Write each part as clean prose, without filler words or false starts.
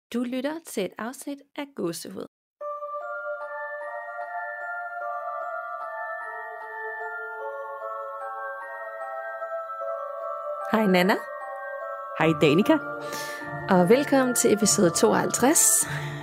Du lytter til et afsnit af Gåsehud. Hej Nana. Hej Danika. Og velkommen til episode 52.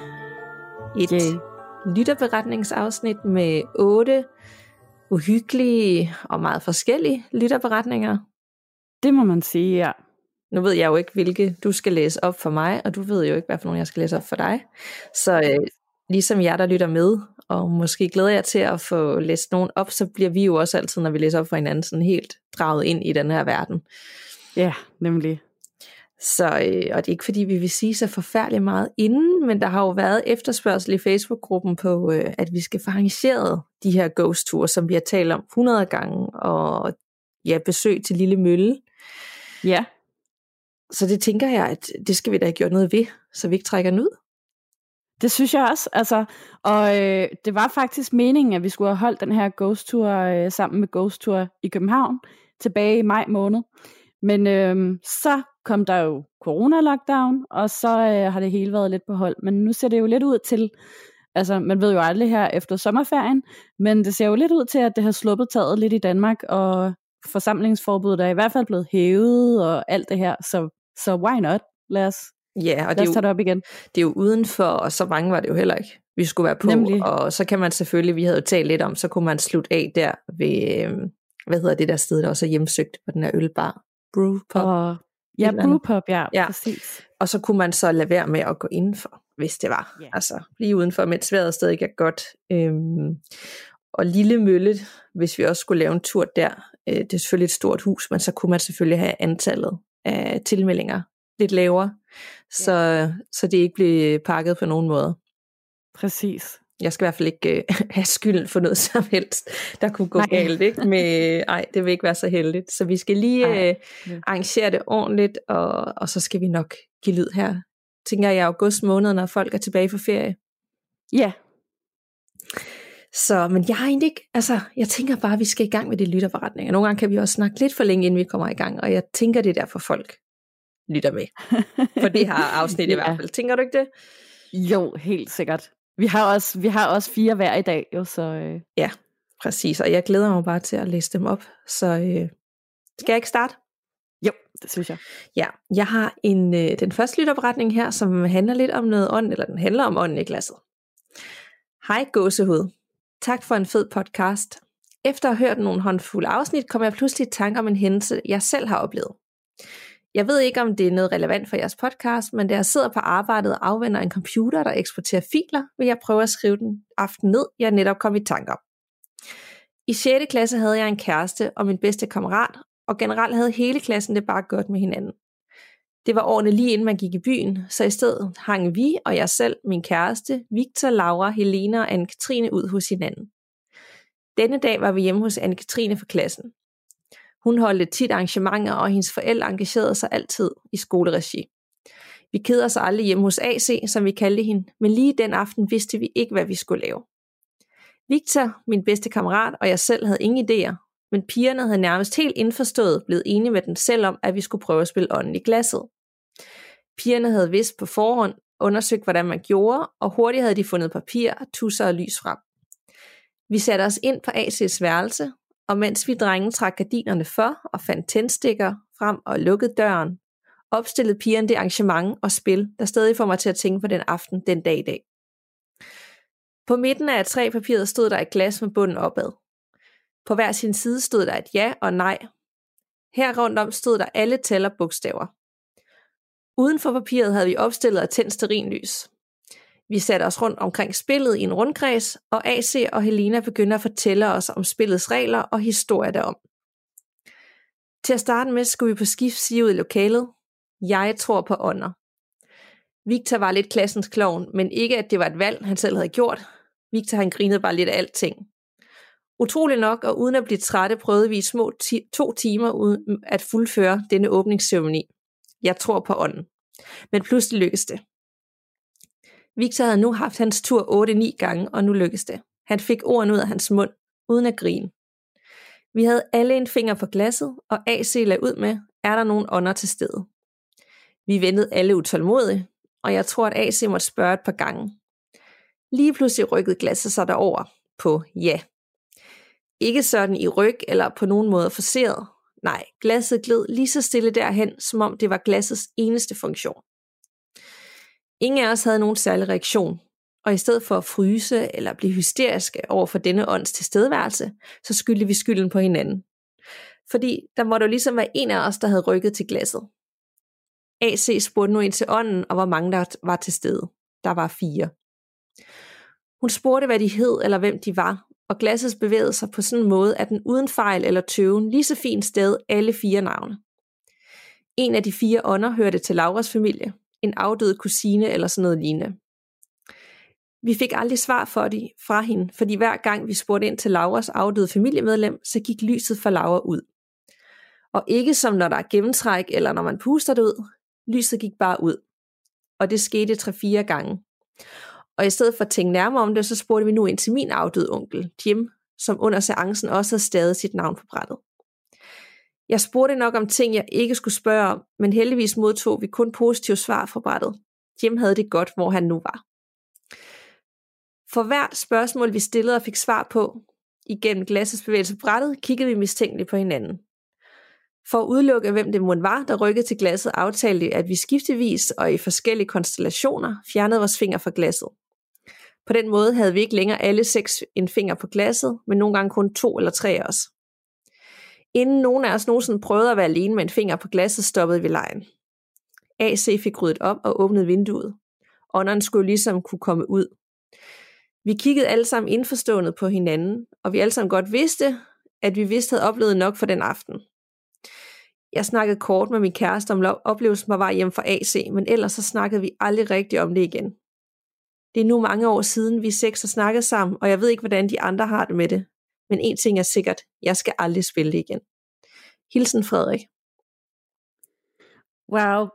Et lytterberetningsafsnit med 8 uhyggelige og meget forskellige lytterberetninger. Det må man sige, ja. Nu ved jeg jo ikke, hvilke du skal læse op for mig, og du ved jo ikke, hvad for nogle jeg skal læse op for dig. Så ligesom jer, der lytter med, og måske glæder jeg til at få læst nogen op, så bliver vi jo også altid, når vi læser op for hinanden, sådan helt draget ind i den her verden. Ja, nemlig. Så, og det er ikke fordi, vi vil sige så forfærdeligt meget inden, men der har jo været efterspørgsel i Facebook-gruppen på, at vi skal få arrangeret de her ghost-ture, som vi har talt om 100 gange, og ja, besøg til Lille Mølle. Ja. Så det tænker jeg, at det skal vi da have gjort noget ved, så vi ikke trækker den ud. Det synes jeg også, altså, og det var faktisk meningen, at vi skulle have holdt den her ghost tour sammen med Ghost Tour i København tilbage i maj måned. Men så kom der jo corona-lockdown, og så har det hele været lidt på hold. Men nu ser det jo lidt ud til, altså man ved jo aldrig her efter sommerferien, men det ser jo lidt ud til, at det har sluppet taget lidt i Danmark, og forsamlingsforbuddet er i hvert fald blevet hævet, og alt det her, så why not? Lad os tage det op igen. Det er jo udenfor, og så mange var det jo heller ikke, vi skulle være på. Nemlig. Og så kan man selvfølgelig, vi havde jo talt lidt om, så kunne man slutte af der ved, hvad hedder det der sted, der også er hjemsøgt på den her ølbar? Brewpub. Ja, Brewpub, ja, præcis. Og så kunne man så lade være med at gå indenfor, hvis det var. Yeah. Altså, lige udenfor, mens vejret stadig er godt. Og Lille Mølle, hvis vi også skulle lave en tur der, det er selvfølgelig et stort hus, men så kunne man selvfølgelig have antallet af tilmeldinger lidt lavere, så det ikke blev pakket på nogen måde. Præcis. Jeg skal i hvert fald ikke have skylden for noget som helst, der kunne gå galt. Ikke? Det vil ikke være så heldigt. Så vi skal lige arrangere det ordentligt, og så skal vi nok give lyd her, tænker jeg, i august måned, når folk er tilbage fra ferie. Ja. Så, men jeg har egentlig ikke, altså, jeg tænker bare, at vi skal i gang med de lytterberetninger. Nogle gange kan vi også snakke lidt for længe, inden vi kommer i gang, og jeg tænker, det er derfor folk lytter med. For det har afsnit i hvert fald. Tænker du ikke det? Jo, helt sikkert. Vi har også 4 hver i dag, jo, så... Ja, præcis, og jeg glæder mig bare til at læse dem op, så skal jeg ikke starte? Jo, det synes jeg. Ja, jeg har den første lytterberetning her, som handler lidt om noget ånd, eller den handler om ånden i glasset. Hej Gåsehud. Tak for en fed podcast. Efter at have hørt nogle håndfulde afsnit, kom jeg pludselig i tanke om en hændelse, jeg selv har oplevet. Jeg ved ikke, om det er noget relevant for jeres podcast, men da jeg sidder på arbejdet og afvender en computer, der eksporterer filer, vil jeg prøve at skrive den aften ned, jeg netop kom i tanke om. I 6. klasse havde jeg en kæreste og min bedste kammerat, og generelt havde hele klassen det bare godt med hinanden. Det var årene lige inden man gik i byen, så i stedet hang vi og jeg selv, min kæreste, Victor, Laura, Helena og Anne-Katrine ud hos hinanden. Denne dag var vi hjemme hos Anne-Katrine for klassen. Hun holdte tit arrangementer, og hendes forældre engagerede sig altid i skoleregi. Vi keder os aldrig hjemme hos AC, som vi kaldte hende, men lige den aften vidste vi ikke, hvad vi skulle lave. Victor, min bedste kammerat, og jeg selv havde ingen idéer, men pigerne havde nærmest helt indforstået blevet enige med dem selv om, at vi skulle prøve at spille ånden i glasset. Pigerne havde vidst på forhånd undersøgt, hvordan man gjorde, og hurtigt havde de fundet papir, tusser og lys frem. Vi satte os ind på AC's værelse, og mens vi drenge trak gardinerne for og fandt tændstikker frem og lukkede døren, opstillede pigerne det arrangement og spil, der stadig får mig til at tænke på den aften den dag i dag. På midten af træpapiret stod der et glas med bunden opad. På hver sin side stod der et ja og nej. Her rundt om stod der alle tal og bogstaver. Uden for papiret havde vi opstillet og tændt stearinlys. Vi satte os rundt omkring spillet i en rundkreds, og AC og Helena begyndte at fortælle os om spillets regler og historier derom. Til at starte med skulle vi på skift sige ud i lokalet, jeg tror på ånder. Victor var lidt klassens klovn, men ikke at det var et valg, han selv havde gjort. Victor han grinede bare lidt af alting. Utroligt nok, og uden at blive trætte, prøvede vi i små 2 timer uden at fuldføre denne åbningsceremoni. Jeg tror på ånden. Men pludselig lykkedes det. Victor havde nu haft hans tur 8-9 gange, og nu lykkedes det. Han fik ordene ud af hans mund, uden at grine. Vi havde alle en finger på glasset, og AC lagde ud med, er der nogen ånder til stede? Vi ventede alle utålmodigt, og jeg tror, at AC måtte spørge et par gange. Lige pludselig rykkede glasset sig derover på ja. Ikke sådan i ryg eller på nogen måde forceret. Nej, glasset gled lige så stille derhen, som om det var glassets eneste funktion. Ingen af os havde nogen særlig reaktion, og i stedet for at fryse eller blive hysteriske over for denne ånds tilstedeværelse, så skyldte vi skylden på hinanden. Fordi der måtte jo ligesom være en af os, der havde rykket til glasset. AC spurgte nu ind til ånden, og hvor mange der var til stede. Der var 4. Hun spurgte, hvad de hed eller hvem de var, og glasset bevægede sig på sådan en måde, at den uden fejl eller tøven lige så fint sted alle 4 navne. En af de 4 ånder hørte til Lauras familie, en afdød kusine eller sådan noget lignende. Vi fik aldrig svar fra hende, fordi hver gang vi spurgte ind til Lauras afdøde familiemedlem, så gik lyset for Laura ud. Og ikke som når der er gennemtræk, eller når man puster det ud. Lyset gik bare ud. Og det skete 3-4 gange. Og i stedet for at tænke nærmere om det, så spurgte vi nu ind til min afdøde onkel, Jim, som under seancen også havde stadig sit navn på brættet. Jeg spurgte nok om ting, jeg ikke skulle spørge om, men heldigvis modtog vi kun positive svar fra brættet. Jim havde det godt, hvor han nu var. For hvert spørgsmål, vi stillede og fik svar på, igennem glassets bevægelse på brættet, kiggede vi mistænkeligt på hinanden. For at udelukke, hvem det måtte var, der rykkede til glasset, aftalte vi, at vi skiftevis og i forskellige konstellationer fjernede vores finger fra glasset. På den måde havde vi ikke længere alle 6 en finger på glasset, men nogle gange kun 2 eller 3 af os. Inden nogen af os nogensinde prøvede at være alene med en finger på glasset, stoppede vi legen. AC fik ryddet op og åbnede vinduet. Ånderen skulle ligesom kunne komme ud. Vi kiggede alle sammen indforstående på hinanden, og vi alle sammen godt vidste, at vi vist havde oplevet nok for den aften. Jeg snakkede kort med min kæreste om oplevelsen på vej hjem fra AC, men ellers så snakkede vi aldrig rigtigt om det igen. Det er nu mange år siden, vi 6 har snakket sammen, og jeg ved ikke, hvordan de andre har det med det. Men en ting er sikkert, jeg skal aldrig spille det igen. Hilsen Frederik. Wow.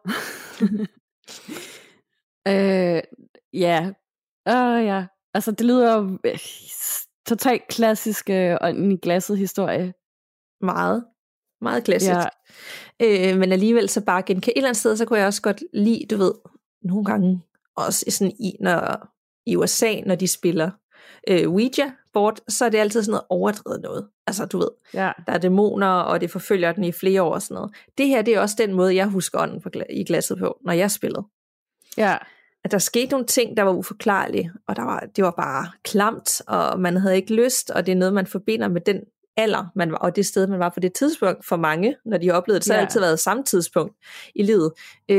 Ja. Ja. Altså, det lyder jo totalt klassisk ånden i glasset historie. Meget. Meget klassisk. Ja. Men alligevel så bare et eller andet sted, så kunne jeg også godt lide, du ved, nogle gange også sådan i USA, når de spiller Ouija-board, så er det altid sådan noget overdrevet noget. Altså, du ved, der er dæmoner, og det forfølger den i flere år og sådan noget. Det her, det er også den måde, jeg husker ånden i glasset på, når jeg spillede. Ja. At der skete nogle ting, der var uforklarlige, og det var bare klamt, og man havde ikke lyst, og det er noget, man forbinder med den alder, man var, og det sted, man var på det tidspunkt for mange, når de oplevede det, så har det altid været samme tidspunkt i livet.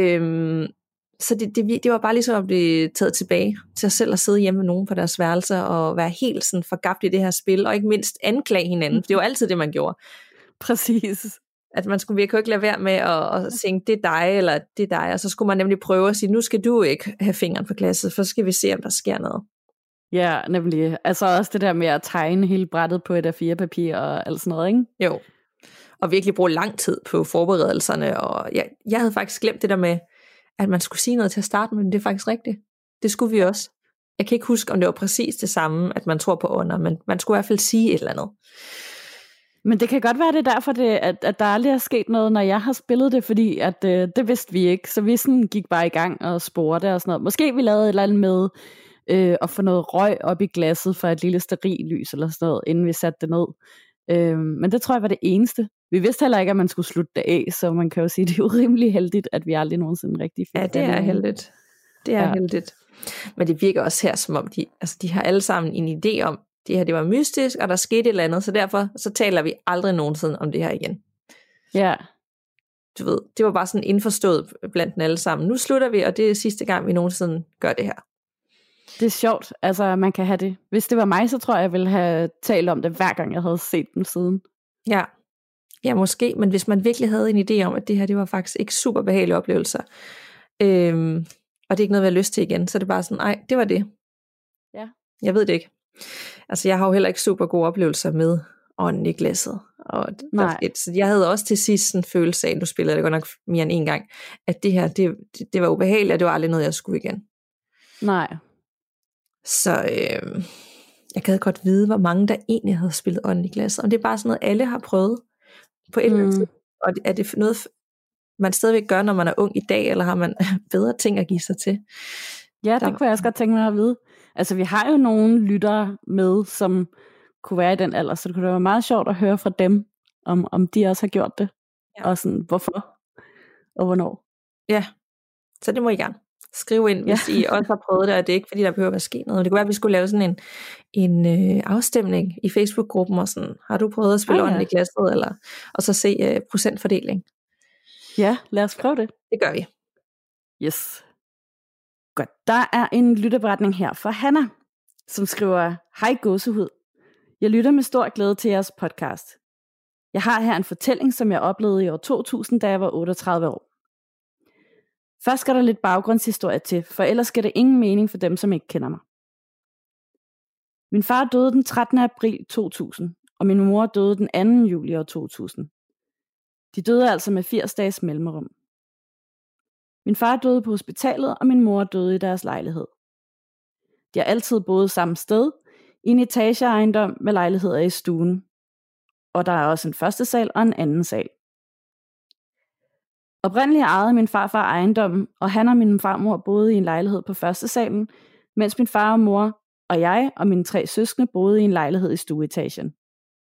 Så det var bare ligesom at blive taget tilbage til at selv at sidde hjemme med nogen på deres værelser og være helt sådan forgabt i det her spil, og ikke mindst anklage hinanden. Det var altid det, man gjorde. Præcis. At man skulle virkelig ikke lade være med at tænke, det er dig, eller det er dig, og så skulle man nemlig prøve at sige, nu skal du ikke have fingeren på glasset, for så skal vi se, om der sker noget. Ja, nemlig. Altså også det der med at tegne hele brættet på et A4-papir og alt sådan noget, ikke? Jo. Og virkelig bruge lang tid på forberedelserne, og jeg havde faktisk glemt det der med, at man skulle sige noget til at starte med, men det er faktisk rigtigt. Det skulle vi også. Jeg kan ikke huske, om det var præcis det samme, at man tror på ånder, men man skulle i hvert fald sige et eller andet. Men det kan godt være, det er derfor, at der aldrig er sket noget, når jeg har spillet det, fordi at, det vidste vi ikke. Så vi sådan gik bare i gang og spurgte og sådan noget. Måske vi lavede et eller andet med at få noget røg op i glasset for et lille stearinlys eller sådan noget, inden vi satte det ned. Men det tror jeg var det eneste. Vi vidste heller ikke, at man skulle slutte det af, så man kan jo sige, at det er jo rimelig heldigt, at vi aldrig nogensinde rigtig fik det. Ja, det er heldigt. Det er heldigt. Men det virker også her, som om de har alle sammen en idé om, det her det var mystisk, og der skete et eller andet, så derfor så taler vi aldrig nogensinde om det her igen. Ja. Du ved, det var bare sådan indforstået blandt dem alle sammen. Nu slutter vi, og det er sidste gang, vi nogensinde gør det her. Det er sjovt, altså man kan have det. Hvis det var mig, så tror jeg ville have talt om det, hver gang jeg havde set dem siden. Ja, måske, men hvis man virkelig havde en idé om, at det her, det var faktisk ikke super behagelige oplevelser, og det er ikke noget, vi har lyst til igen, så er det bare sådan, nej, det var det. Ja. Jeg ved det ikke. Altså, jeg har jo heller ikke super gode oplevelser med ånden i glasset. Så jeg havde også til sidst en følelse af, nu spillede det godt nok mere end en gang, at det her, det var ubehageligt, og det var aldrig noget, jeg skulle igen. Nej. Så jeg gad godt vide, hvor mange der egentlig havde spillet ånden i glasset. Om det er bare sådan noget, alle har prøvet på et eller andet tid. Og er det noget, man stadigvæk gør, når man er ung i dag, eller har man bedre ting at give sig til? Ja, det kunne jeg også godt tænke mig at vide. Altså, vi har jo nogle lyttere med, som kunne være i den alder, så det kunne være meget sjovt at høre fra dem, om de også har gjort det, og sådan, hvorfor og hvornår. Ja, så det må I gerne skrive ind, hvis I også har prøvet det, og det er ikke, fordi der behøver at ske noget. Det kunne være, at vi skulle lave sådan en afstemning i Facebook-gruppen, og sådan, har du prøvet at spille ånden i glasset, eller, og så se procentfordeling. Ja, lad os prøve det. Det gør vi. Yes. Godt, der er en lytterberetning her fra Hanna, som skriver, hej gåsehud. Jeg lytter med stor glæde til jeres podcast. Jeg har her en fortælling, som jeg oplevede i år 2000, da jeg var 38 år. Først skal der lidt baggrundshistorie til, for ellers skal det ingen mening for dem, som ikke kender mig. Min far døde den 13. april 2000, og min mor døde den 2. juli år 2000. De døde altså med 80 dages mellemrum. Min far døde på hospitalet, og min mor døde i deres lejlighed. De har altid boet samme sted, i en etageejendom med lejligheder i stuen. Og der er også en første sal og en anden sal. Oprindeligt ejede min farfar ejendommen, og han og min farmor boede i en lejlighed på første salen, mens min far og mor og jeg og mine 3 søskende boede i en lejlighed i stueetagen.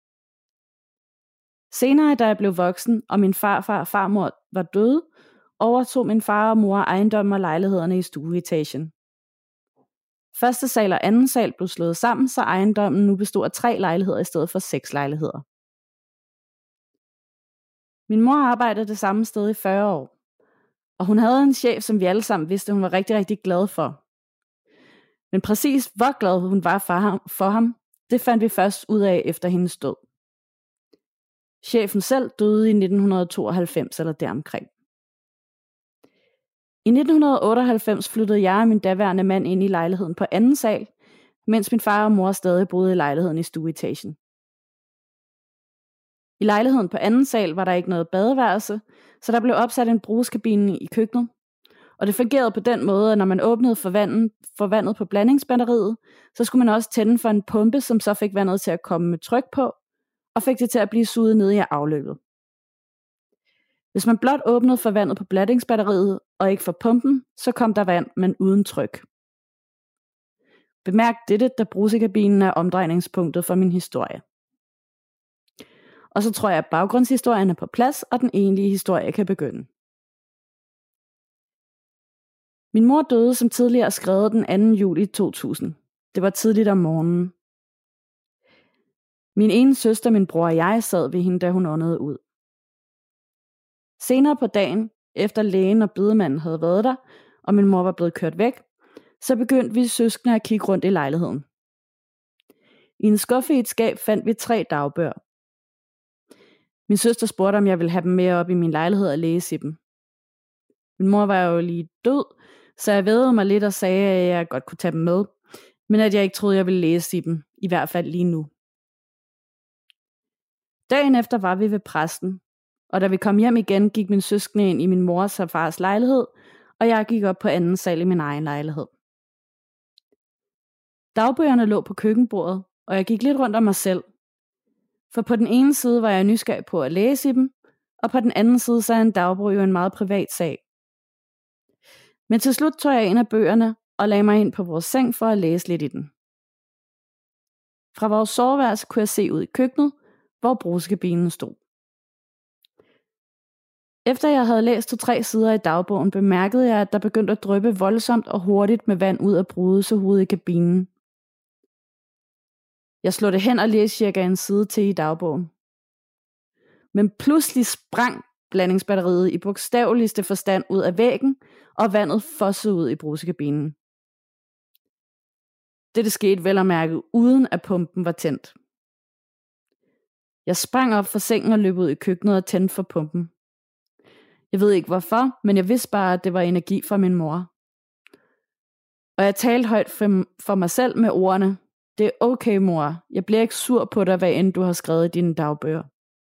Senere, da jeg blev voksen, og min farfar og farmor var døde, overtog min far og mor ejendommen og lejlighederne i stueetagen. Første sal og anden sal blev slået sammen, så ejendommen nu bestod af 3 lejligheder i stedet for 6 lejligheder. Min mor arbejdede det samme sted i 40 år, og hun havde en chef, som vi alle sammen vidste, hun var rigtig, rigtig glad for. Men præcis hvor glad hun var for ham, det fandt vi først ud af efter hendes død. Chefen selv døde i 1992 eller deromkring. I 1998 flyttede jeg og min daværende mand ind i lejligheden på anden sal, mens min far og mor stadig boede i lejligheden i stueetagen. I lejligheden på anden sal var der ikke noget badeværelse, så der blev opsat en brugskabine i køkkenet, og det fungerede på den måde, at når man åbnede for vandet på blandingsbatteriet, så skulle man også tænde for en pumpe, som så fik vandet til at komme med tryk på, og fik det til at blive suget ned i afløbet. Hvis man blot åbnede for vandet på blandingsbatteriet og ikke for pumpen, så kom der vand, men uden tryk. Bemærk dette, da brugsekabinen er omdrejningspunktet for min historie. Og så tror jeg, at baggrundshistorien er på plads, og den egentlige historie kan begynde. Min mor døde som tidligere skrevet den 2. juli 2000. Det var tidligt om morgenen. Min ene søster, min bror og jeg sad ved hende, da hun åndede ud. Senere på dagen, efter lægen og bedemanden havde været der, og min mor var blevet kørt væk, så begyndte vi søskende at kigge rundt i lejligheden. I en skuffe i et skab fandt vi 3 dagbøger. Min søster spurgte, om jeg ville have dem med op i min lejlighed og læse i dem. Min mor var jo lige død, så jeg vædede mig lidt og sagde, at jeg godt kunne tage dem med, men at jeg ikke troede, jeg ville læse i dem, i hvert fald lige nu. Dagen efter var vi ved præsten, og da vi kom hjem igen, gik min søskende ind i min mors og fars lejlighed, og jeg gik op på anden sal i min egen lejlighed. Dagbøgerne lå på køkkenbordet, og jeg gik lidt rundt om mig selv. For på den ene side var jeg nysgerrig på at læse i dem, og på den anden side så er en dagbog jo en meget privat sag. Men til slut tog jeg en af bøgerne og lagde mig ind på vores seng for at læse lidt i den. Fra vores soveværelse kunne jeg se ud i køkkenet, hvor brugskabinen stod. Efter jeg havde læst 2-3 sider i dagbogen, bemærkede jeg, at der begyndte at dryppe voldsomt og hurtigt med vand ud af brudesehovedet i kabinen. Jeg slog det hen og læste cirka en side til i dagbogen. Men pludselig sprang blandingsbatteriet i bogstaveligste forstand ud af væggen, og vandet fossede ud i brugsekabinen. Dette skete vel at mærke, uden at pumpen var tændt. Jeg sprang op fra sengen og løb ud i køkkenet og tændte for pumpen. Jeg ved ikke hvorfor, men jeg vidste bare, at det var energi fra min mor. Og jeg talte højt for mig selv med ordene: det er okay, mor. Jeg bliver ikke sur på dig, hvad end du har skrevet i dine dagbøger.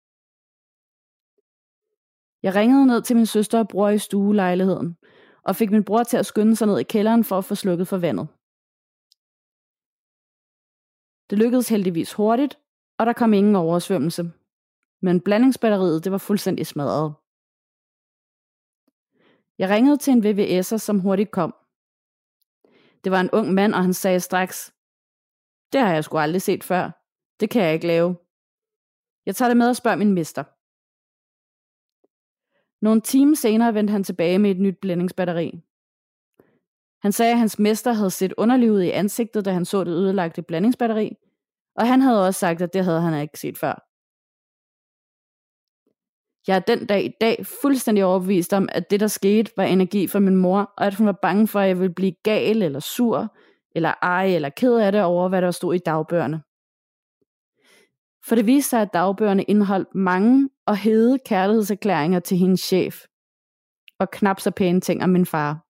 Jeg ringede ned til min søster og bror i stuelejligheden, og fik min bror til at skynde sig ned i kælderen for at få slukket for vandet. Det lykkedes heldigvis hurtigt, og der kom ingen oversvømmelse. Men blandingsbatteriet, det var fuldstændig smadret. Jeg ringede til en VVS'er, som hurtigt kom. Det var en ung mand, og han sagde straks, det har jeg sgu aldrig set før. Det kan jeg ikke lave. Jeg tager det med og spørger min mester. Nogle timer senere vendte han tilbage med et nyt blændingsbatteri. Han sagde, at hans mester havde set underlig ud i ansigtet, da han så det ødelagte blandingsbatteri, og han havde også sagt, at det havde han ikke set før. Jeg er den dag i dag fuldstændig overbevist om, at det der skete var energi fra min mor, og at hun var bange for, at jeg ville blive gal eller sur, eller ej eller ked af det over, hvad der stod i dagbøgerne. For det viste sig, at dagbøgerne indeholdt mange og hede kærlighedserklæringer til hendes chef, og knap så pæne ting om min far.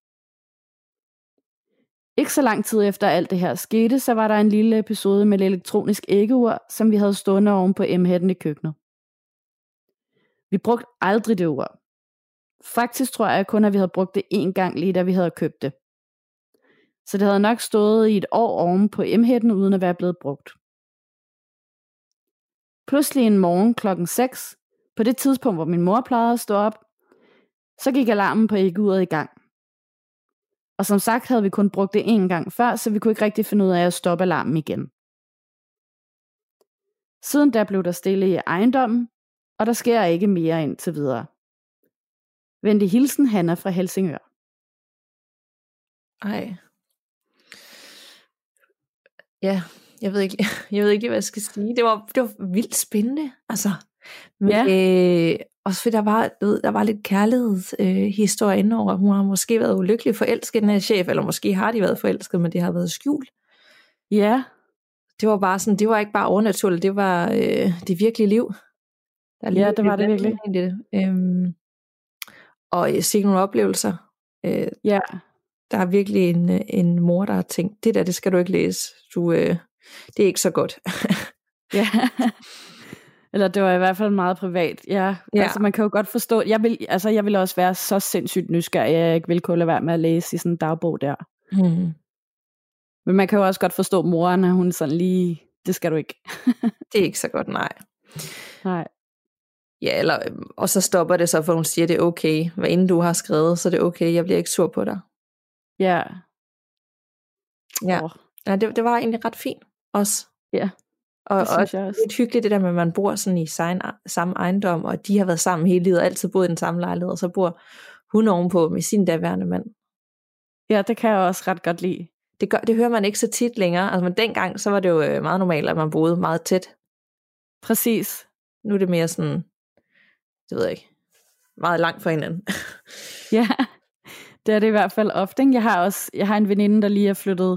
Ikke så lang tid efter alt det her skete, så var der en lille episode med et elektronisk æggeur, som vi havde stående oven på M-hætten i køkkenet. Vi brugte aldrig det ur. Faktisk tror jeg kun, at vi havde brugt det én gang lige da vi havde købt det. Så det havde nok stået i et år oven på M-hætten uden at være blevet brugt. Pludselig en morgen klokken 6, på det tidspunkt, hvor min mor plejede at stå op, så gik alarmen på æggeuret i gang. Og som sagt havde vi kun brugt det én gang før, så vi kunne ikke rigtig finde ud af at stoppe alarmen igen. Siden da blev der stille i ejendommen, og der sker ikke mere indtil videre. Venlig hilsen, Hanna fra Helsingør. Ej. Ja, jeg ved ikke lige, hvad jeg skal sige. Det var vildt spændende, altså. Men, Ja. også fordi der var lidt kærlighedshistorie indover. Hun har måske været ulykkelig forelsket, den her chef, eller måske har de været forelsket, men det har været skjult. Ja. Det var bare sådan, det var ikke bare overnaturligt, det var det virkelige liv. Ja, det var det virkelig. Og sikke nogle oplevelser. Ja. Der er virkelig en mor, der har tænkt, det skal du ikke læse. Det er ikke så godt. Ja. Eller det var i hvert fald meget privat. Ja. Altså man kan jo godt forstå, jeg vil også være så sindssygt nysgerrig, at jeg ikke ville kunne lade være med at læse i sådan en dagbog der. Men man kan jo også godt forstå moren, at hun sådan lige, det skal du ikke. Det er ikke så godt, nej. Nej. Ja, og så stopper det så, for hun siger, det er okay. Hvad inden du har skrevet, så det er okay, jeg bliver ikke sur på dig. Ja. Ja, ja det var egentlig ret fint også. Ja, og også lidt hyggeligt det der med, at man bor sådan i samme ejendom, og de har været sammen hele livet, og altid boet i den samme lejlighed, og så bor hun ovenpå med sin daværende mand. Ja, det kan jeg også ret godt lide. Det hører man ikke så tit længere. Altså, men dengang, så var det jo meget normalt, at man boede meget tæt. Præcis. Nu er det mere sådan, det ved jeg ikke, meget langt fra hinanden. Ja, det er det i hvert fald ofte. Jeg har en veninde, der lige er flyttet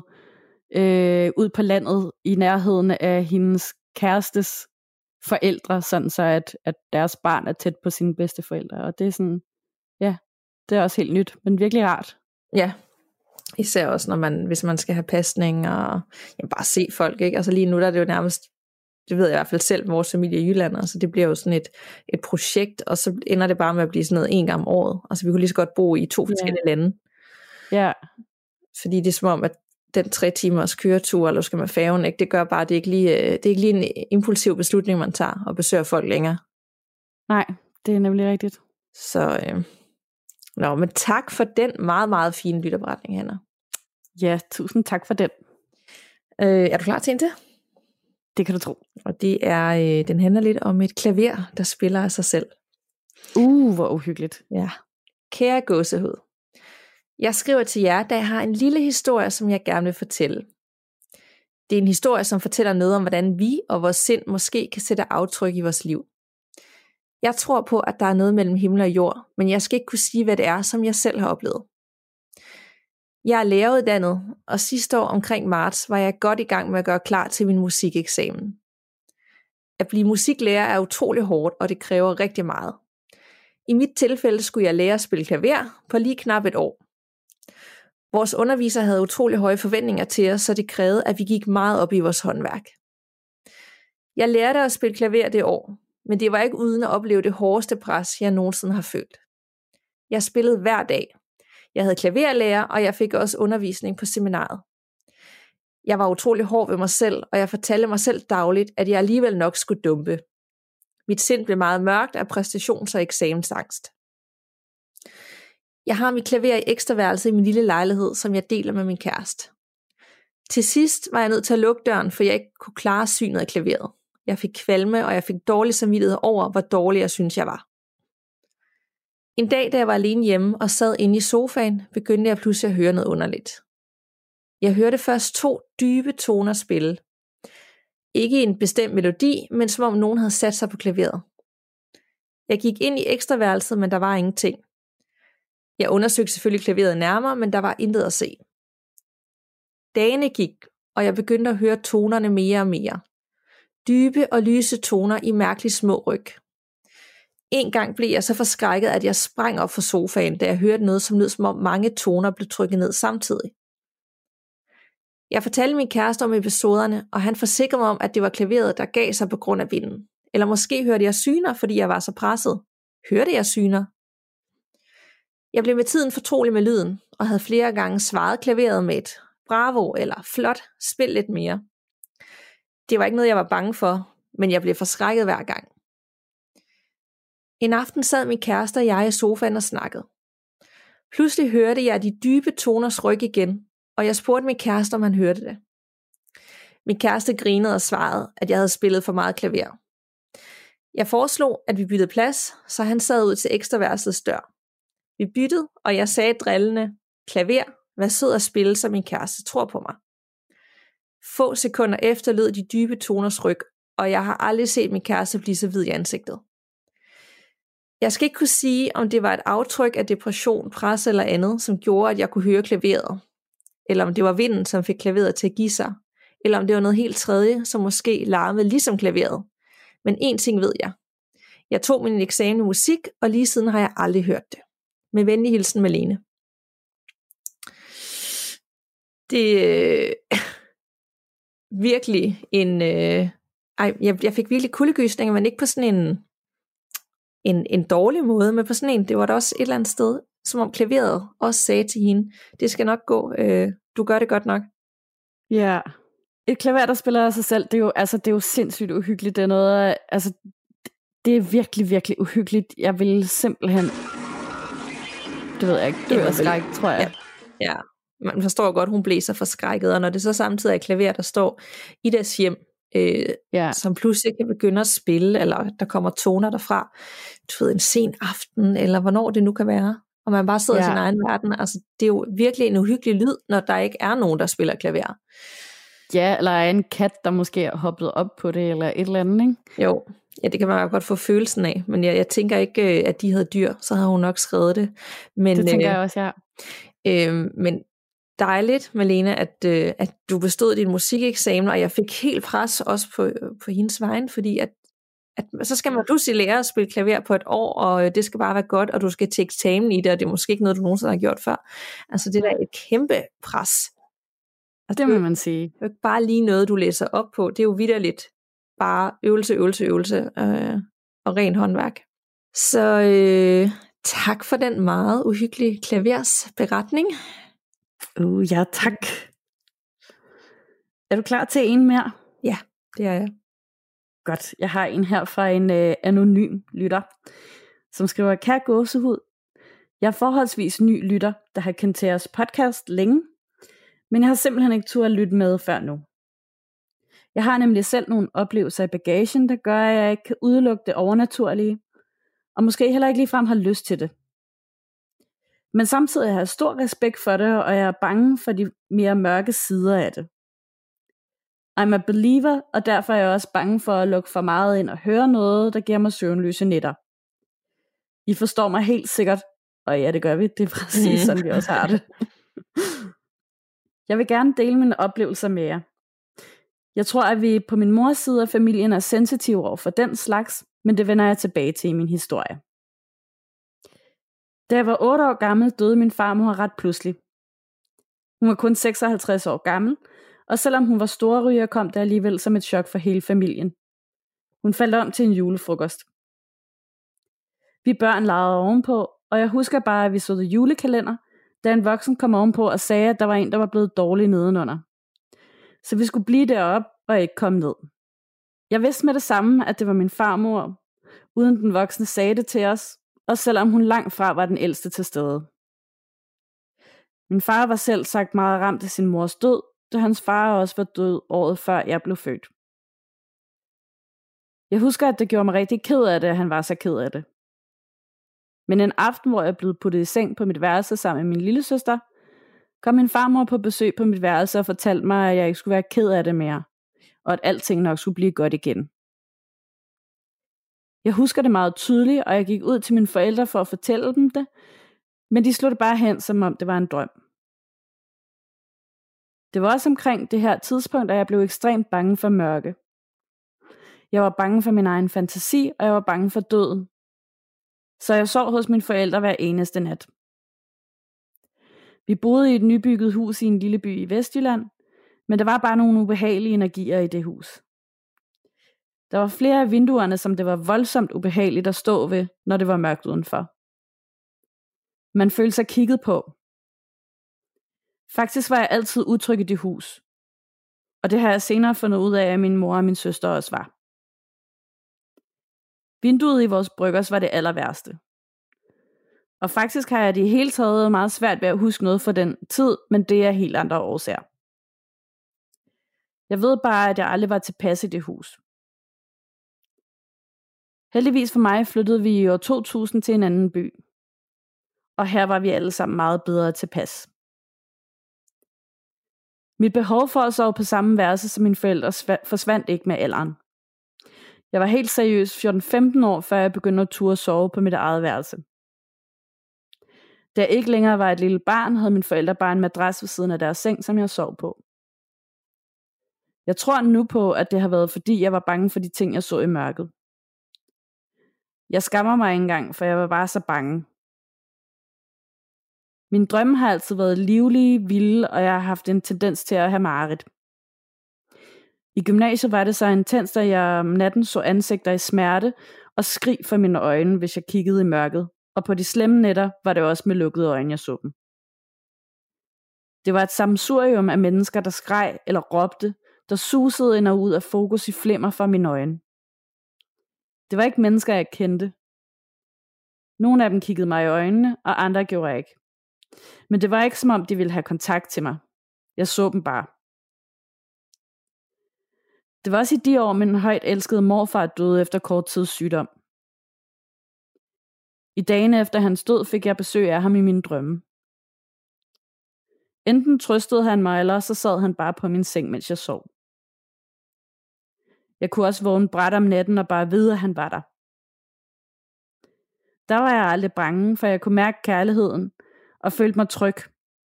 ud på landet i nærheden af hendes kærestes forældre, sådan så at deres barn er tæt på sine bedsteforældre. Og det er sådan, ja, det er også helt nyt, men virkelig rart. Ja, især også, hvis man skal have pasning og bare se folk, ikke? Altså lige nu, der er det jo nærmest, det ved jeg i hvert fald selv med vores familie i Jylland, altså det bliver jo sådan et projekt, og så ender det bare med at blive sådan noget en gang om året. Altså vi kunne lige så godt bo i 2 forskellige lande. Ja. Fordi det er som om, at den 3 timers køretur, eller skal med færgen, ikke? Det gør bare, det er ikke lige en impulsiv beslutning, man tager og besøger folk længere. Nej, det er nemlig rigtigt. Så, men tak for den meget, meget fine lytterberetning, Hanna. Ja, tusind tak for den. Er du klar til en til? Det kan du tro. Og den handler lidt om et klaver, der spiller af sig selv. Hvor uhyggeligt. Ja. Kære gåsehud. Jeg skriver til jer, da jeg har en lille historie, som jeg gerne vil fortælle. Det er en historie, som fortæller noget om, hvordan vi og vores sind måske kan sætte aftryk i vores liv. Jeg tror på, at der er noget mellem himmel og jord, men jeg skal ikke kunne sige, hvad det er, som jeg selv har oplevet. Jeg er læreruddannet, og sidste år omkring marts var jeg godt i gang med at gøre klar til min musikeksamen. At blive musiklærer er utrolig hårdt, og det kræver rigtig meget. I mit tilfælde skulle jeg lære at spille klaver på lige knap et år. Vores underviser havde utrolig høje forventninger til os, så det krævede, at vi gik meget op i vores håndværk. Jeg lærte at spille klaver det år, men det var ikke uden at opleve det hårdeste pres, jeg nogensinde har følt. Jeg spillede hver dag. Jeg havde klaverlærer, og jeg fik også undervisning på seminaret. Jeg var utrolig hård ved mig selv, og jeg fortalte mig selv dagligt, at jeg alligevel nok skulle dumpe. Mit sind blev meget mørkt af præstations- og eksamensangst. Jeg har mit klaver i ekstraværelset i min lille lejlighed, som jeg deler med min kæreste. Til sidst var jeg nødt til at lukke døren, for jeg ikke kunne klare synet af klaveret. Jeg fik kvalme, og jeg fik dårlig samvittighed over, hvor dårlig jeg synes, jeg var. En dag, da jeg var alene hjemme og sad inde i sofaen, begyndte jeg pludselig at høre noget underligt. Jeg hørte først 2 dybe toner spille. Ikke en bestemt melodi, men som om nogen havde sat sig på klaveret. Jeg gik ind i ekstraværelset, men der var ingenting. Jeg undersøgte selvfølgelig klaveret nærmere, men der var intet at se. Dagene gik, og jeg begyndte at høre tonerne mere og mere. Dybe og lyse toner i mærkeligt små ryg. En gang blev jeg så forskrækket, at jeg sprang op fra sofaen, da jeg hørte noget, som lød som om mange toner blev trykket ned samtidig. Jeg fortalte min kæreste om episoderne, og han forsikrede mig om, at det var klaveret, der gav sig på grund af vinden. Eller måske hørte jeg syner, fordi jeg var så presset. Hørte jeg syner? Jeg blev med tiden fortrolig med lyden, og havde flere gange svaret klaveret med et bravo eller flot, spil lidt mere. Det var ikke noget, jeg var bange for, men jeg blev forskrækket hver gang. En aften sad min kæreste og jeg i sofaen og snakkede. Pludselig hørte jeg de dybe toners ryg igen, og jeg spurgte min kæreste, om han hørte det. Min kæreste grinede og svarede, at jeg havde spillet for meget klaver. Jeg foreslog, at vi byttede plads, så han sad ud til ekstraværelsets dør. Vi byttede, og jeg sagde drillende, klaver, vær sød at spille, så min kæreste tror på mig. Få sekunder efter lød de dybe toners ryg, og jeg har aldrig set min kæreste blive så hvid i ansigtet. Jeg skal ikke kunne sige, om det var et aftryk af depression, pres eller andet, som gjorde, at jeg kunne høre klaveret. Eller om det var vinden, som fik klaveret til at give sig. Eller om det var noget helt tredje, som måske larmede ligesom klaveret. Men én ting ved jeg. Jeg tog min eksamen i musik, og lige siden har jeg aldrig hørt det. Med venlig hilsen, Malene. Det virkelig en... jeg fik virkelig kuldegysninger, men ikke på sådan en dårlig måde, men på sådan en, det var da også et eller andet sted, som om klaveret også sagde til hende, det skal nok gå, du gør det godt nok. Ja, et klaver, der spiller af sig selv, det er jo sindssygt uhyggeligt, det er noget, altså, det er virkelig, virkelig uhyggeligt, jeg vil simpelthen, det ved jeg ikke, dø af skræk, tror jeg. Ja, man forstår godt, hun blev så forskrækket, og når det så samtidig er klaver, der står i deres hjem, som pludselig kan begynde at spille, eller der kommer toner derfra, du ved, en sen aften, eller hvornår det nu kan være, og man bare sidder i sin egen verden, altså det er jo virkelig en uhyggelig lyd, når der ikke er nogen, der spiller klaver. Ja, eller en kat, der måske er hoppet op på det, eller et eller andet, ikke? Jo, ja, det kan man jo godt få følelsen af, men jeg tænker ikke, at de havde dyr, så havde hun nok skrevet det. Men, det tænker jeg også, ja. Men dejligt, Malene, at du bestod din musikeksamen, og jeg fik helt pres også på hendes vejen, fordi at så skal man pludselig lære at spille klaver på et år, og det skal bare være godt, og du skal til eksamen i det, og det er måske ikke noget, du nogensinde har gjort før. Altså det der er et kæmpe pres. Altså, det må man sige. Det er jo ikke bare lige noget, du læser op på, det er jo vitterligt bare øvelse og ren håndværk. Så tak for den meget uhyggelige klavers beretning. Ja, tak. Er du klar til en mere? Ja, det er jeg. Godt, jeg har en her fra en anonym lytter, som skriver, kære gåsehud, jeg er forholdsvis ny lytter, der har kendt til jeres podcast længe, men jeg har simpelthen ikke turde lytte med før nu. Jeg har nemlig selv nogle oplevelser i bagagen, der gør, at jeg ikke kan udelukke det overnaturlige, og måske heller ikke ligefrem har lyst til det. Men samtidig har jeg stor respekt for det, og jeg er bange for de mere mørke sider af det. I'm a believer, og derfor er jeg også bange for at lukke for meget ind og høre noget, der giver mig søvnløse nætter. I forstår mig helt sikkert, og ja, det gør vi, det er præcis sådan, vi også har det. Jeg vil gerne dele mine oplevelser med jer. Jeg tror, at vi på min mors side af familien er sensitive over for den slags, men det vender jeg tilbage til i min historie. Da jeg var 8 år gammel, døde min farmor ret pludselig. Hun var kun 56 år gammel, og selvom hun var storryger, kom det alligevel som et chok for hele familien. Hun faldt om til en julefrokost. Vi børn legede ovenpå, og jeg husker bare, at vi så det julekalender, da en voksen kom ovenpå og sagde, at der var en, der var blevet dårlig nedenunder. Så vi skulle blive deroppe og ikke komme ned. Jeg vidste med det samme, at det var min farmor, uden den voksne sagde det til os, og selvom hun langt fra var den ældste til stede. Min far var selv sagt meget ramt af sin mors død, da hans far også var død året før jeg blev født. Jeg husker, at det gjorde mig rigtig ked af det, at han var så ked af det. Men en aften, hvor jeg blev puttet i seng på mit værelse sammen med min lillesøster, kom min farmor på besøg på mit værelse og fortalte mig, at jeg ikke skulle være ked af det mere, og at alting nok skulle blive godt igen. Jeg husker det meget tydeligt, og jeg gik ud til mine forældre for at fortælle dem det, men de slog det bare hen, som om det var en drøm. Det var også omkring det her tidspunkt, at jeg blev ekstremt bange for mørke. Jeg var bange for min egen fantasi, og jeg var bange for døden. Så jeg sov hos mine forældre hver eneste nat. Vi boede i et nybygget hus i en lille by i Vestjylland, men der var bare nogle ubehagelige energier i det hus. Der var flere af vinduerne, som det var voldsomt ubehageligt at stå ved, når det var mørkt udenfor. Man følte sig kigget på. Faktisk var jeg altid utryg i det hus. Og det har jeg senere fundet ud af, at min mor og min søster også var. Vinduet i vores bryggers var det aller værste. Og faktisk har jeg det hele taget meget svært ved at huske noget fra den tid, men det er helt andre årsager. Jeg ved bare, at jeg aldrig var tilpas i det hus. Heldigvis for mig flyttede vi i år 2000 til en anden by. Og her var vi alle sammen meget bedre tilpas. Mit behov for at sove på samme værelse som mine forældre forsvandt ikke med alderen. Jeg var helt seriøs 14-15 år, før jeg begyndte at turde sove på mit eget værelse. Da jeg ikke længere var et lille barn, havde mine forældre bare en madras ved siden af deres seng, som jeg sov på. Jeg tror nu på, at det har været fordi, jeg var bange for de ting, jeg så i mørket. Jeg skammer mig ikke engang, for jeg var bare så bange. Mine drømme har altid været livlige, vilde, og jeg har haft en tendens til at have mareridt. I gymnasiet var det så intenst, at jeg om natten så ansigter i smerte og skrig for mine øjne, hvis jeg kiggede i mørket. Og på de slemme nætter var det også med lukkede øjne, jeg så dem. Det var et sammensurium af mennesker, der skreg eller råbte, der susede ind og ud af fokus i flimmer fra mine øjne. Det var ikke mennesker, jeg kendte. Nogle af dem kiggede mig i øjnene, og andre gjorde jeg ikke. Men det var ikke som om, de ville have kontakt til mig. Jeg så dem bare. Det var også i de år, min højt elskede morfar døde efter kort tids sygdom. I dagene efter hans død fik jeg besøg af ham i mine drømme. Enten trøstede han mig, eller så sad han bare på min seng, mens jeg sov. Jeg kunne også vågne bræt om natten og bare vide, at han var der. Der var jeg aldrig bange, for jeg kunne mærke kærligheden og følte mig tryg.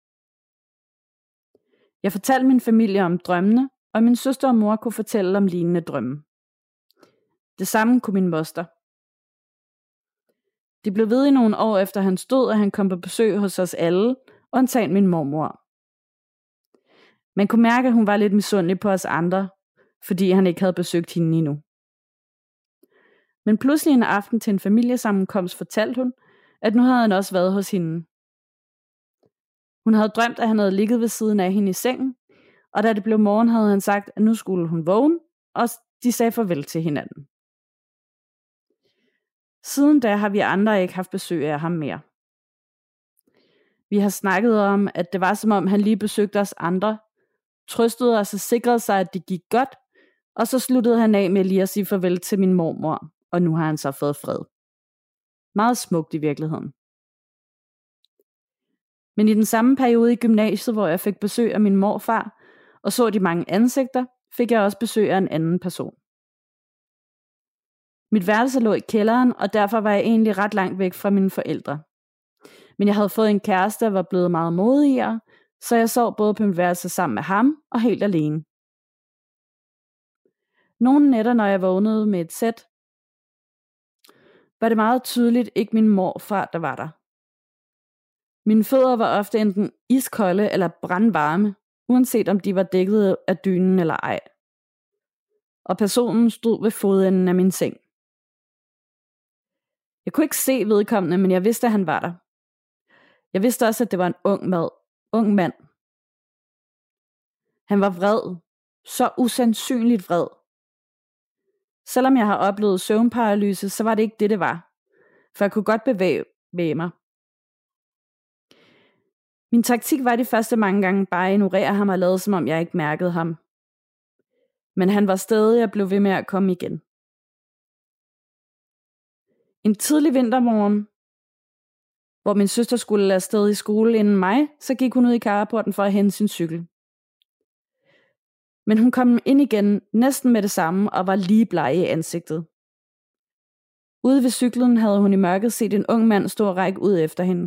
Jeg fortalte min familie om drømmene, og min søster og mor kunne fortælle om lignende drømme. Det samme kunne min moster. De blev ved i nogle år efter hans død, og han kom på besøg hos os alle, undtagen min mormor. Man kunne mærke, at hun var lidt misundelig på os andre, fordi han ikke havde besøgt hende endnu. Men pludselig en aften til en familiesammenkomst fortalte hun, at nu havde han også været hos hende. Hun havde drømt, at han havde ligget ved siden af hende i sengen, og da det blev morgen, havde han sagt, at nu skulle hun vågne, og de sagde farvel til hinanden. Siden da har vi andre ikke haft besøg af ham mere. Vi har snakket om, at det var som om han lige besøgte os andre, trøstede os og sikrede sig, at det gik godt, og så sluttede han af med lige at sige farvel til min mormor, og nu har han så fået fred. Meget smukt i virkeligheden. Men i den samme periode i gymnasiet, hvor jeg fik besøg af min morfar, og så de mange ansigter, fik jeg også besøg af en anden person. Mit værelse lå i kælderen, og derfor var jeg egentlig ret langt væk fra mine forældre. Men jeg havde fået en kæreste, der var blevet meget modigere, så jeg sov både på mit værelse sammen med ham og helt alene. Nogle nætter, når jeg vågnede med et sæt, var det meget tydeligt ikke min morfar, der var der. Mine fødder var ofte enten iskolde eller brandvarme, uanset om de var dækket af dynen eller ej. Og personen stod ved fodenden af min seng. Jeg kunne ikke se vedkommende, men jeg vidste, at han var der. Jeg vidste også, at det var en ung mand. Han var vred. Så usandsynligt vred. Selvom jeg har oplevet søvnparalyse, så var det ikke det var. For jeg kunne godt bevæge mig. Min taktik var de første mange gange bare at ignorere ham og lade som om jeg ikke mærkede ham. Men han var stadig og blev ved med at komme igen. En tidlig vintermorgen, hvor min søster skulle afsted i skole inden mig, så gik hun ud i carporten for at hente sin cykel. Men hun kom ind igen næsten med det samme og var lige bleg i ansigtet. Ude ved cyklen havde hun i mørket set en ung mand stå og række ud efter hende.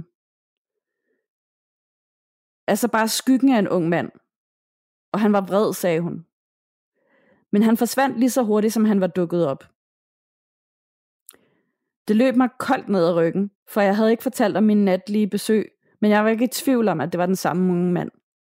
Altså bare skyggen af en ung mand. Og han var vred, sagde hun. Men han forsvandt lige så hurtigt, som han var dukket op. Det løb mig koldt ned ad ryggen, for jeg havde ikke fortalt om min natlige besøg, men jeg var ikke i tvivl om, at det var den samme unge mand.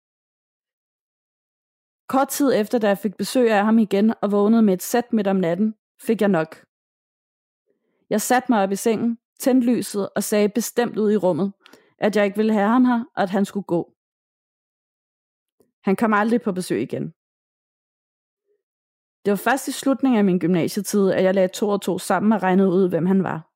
Kort tid efter, da jeg fik besøg af ham igen og vågnede med et sæt midt om natten, fik jeg nok. Jeg satte mig op i sengen, tændte lyset og sagde bestemt ud i rummet, at jeg ikke ville have ham her, og at han skulle gå. Han kom aldrig på besøg igen. Det var først i slutningen af min gymnasietid, at jeg lagde 2 og 2 sammen og regnede ud, hvem han var.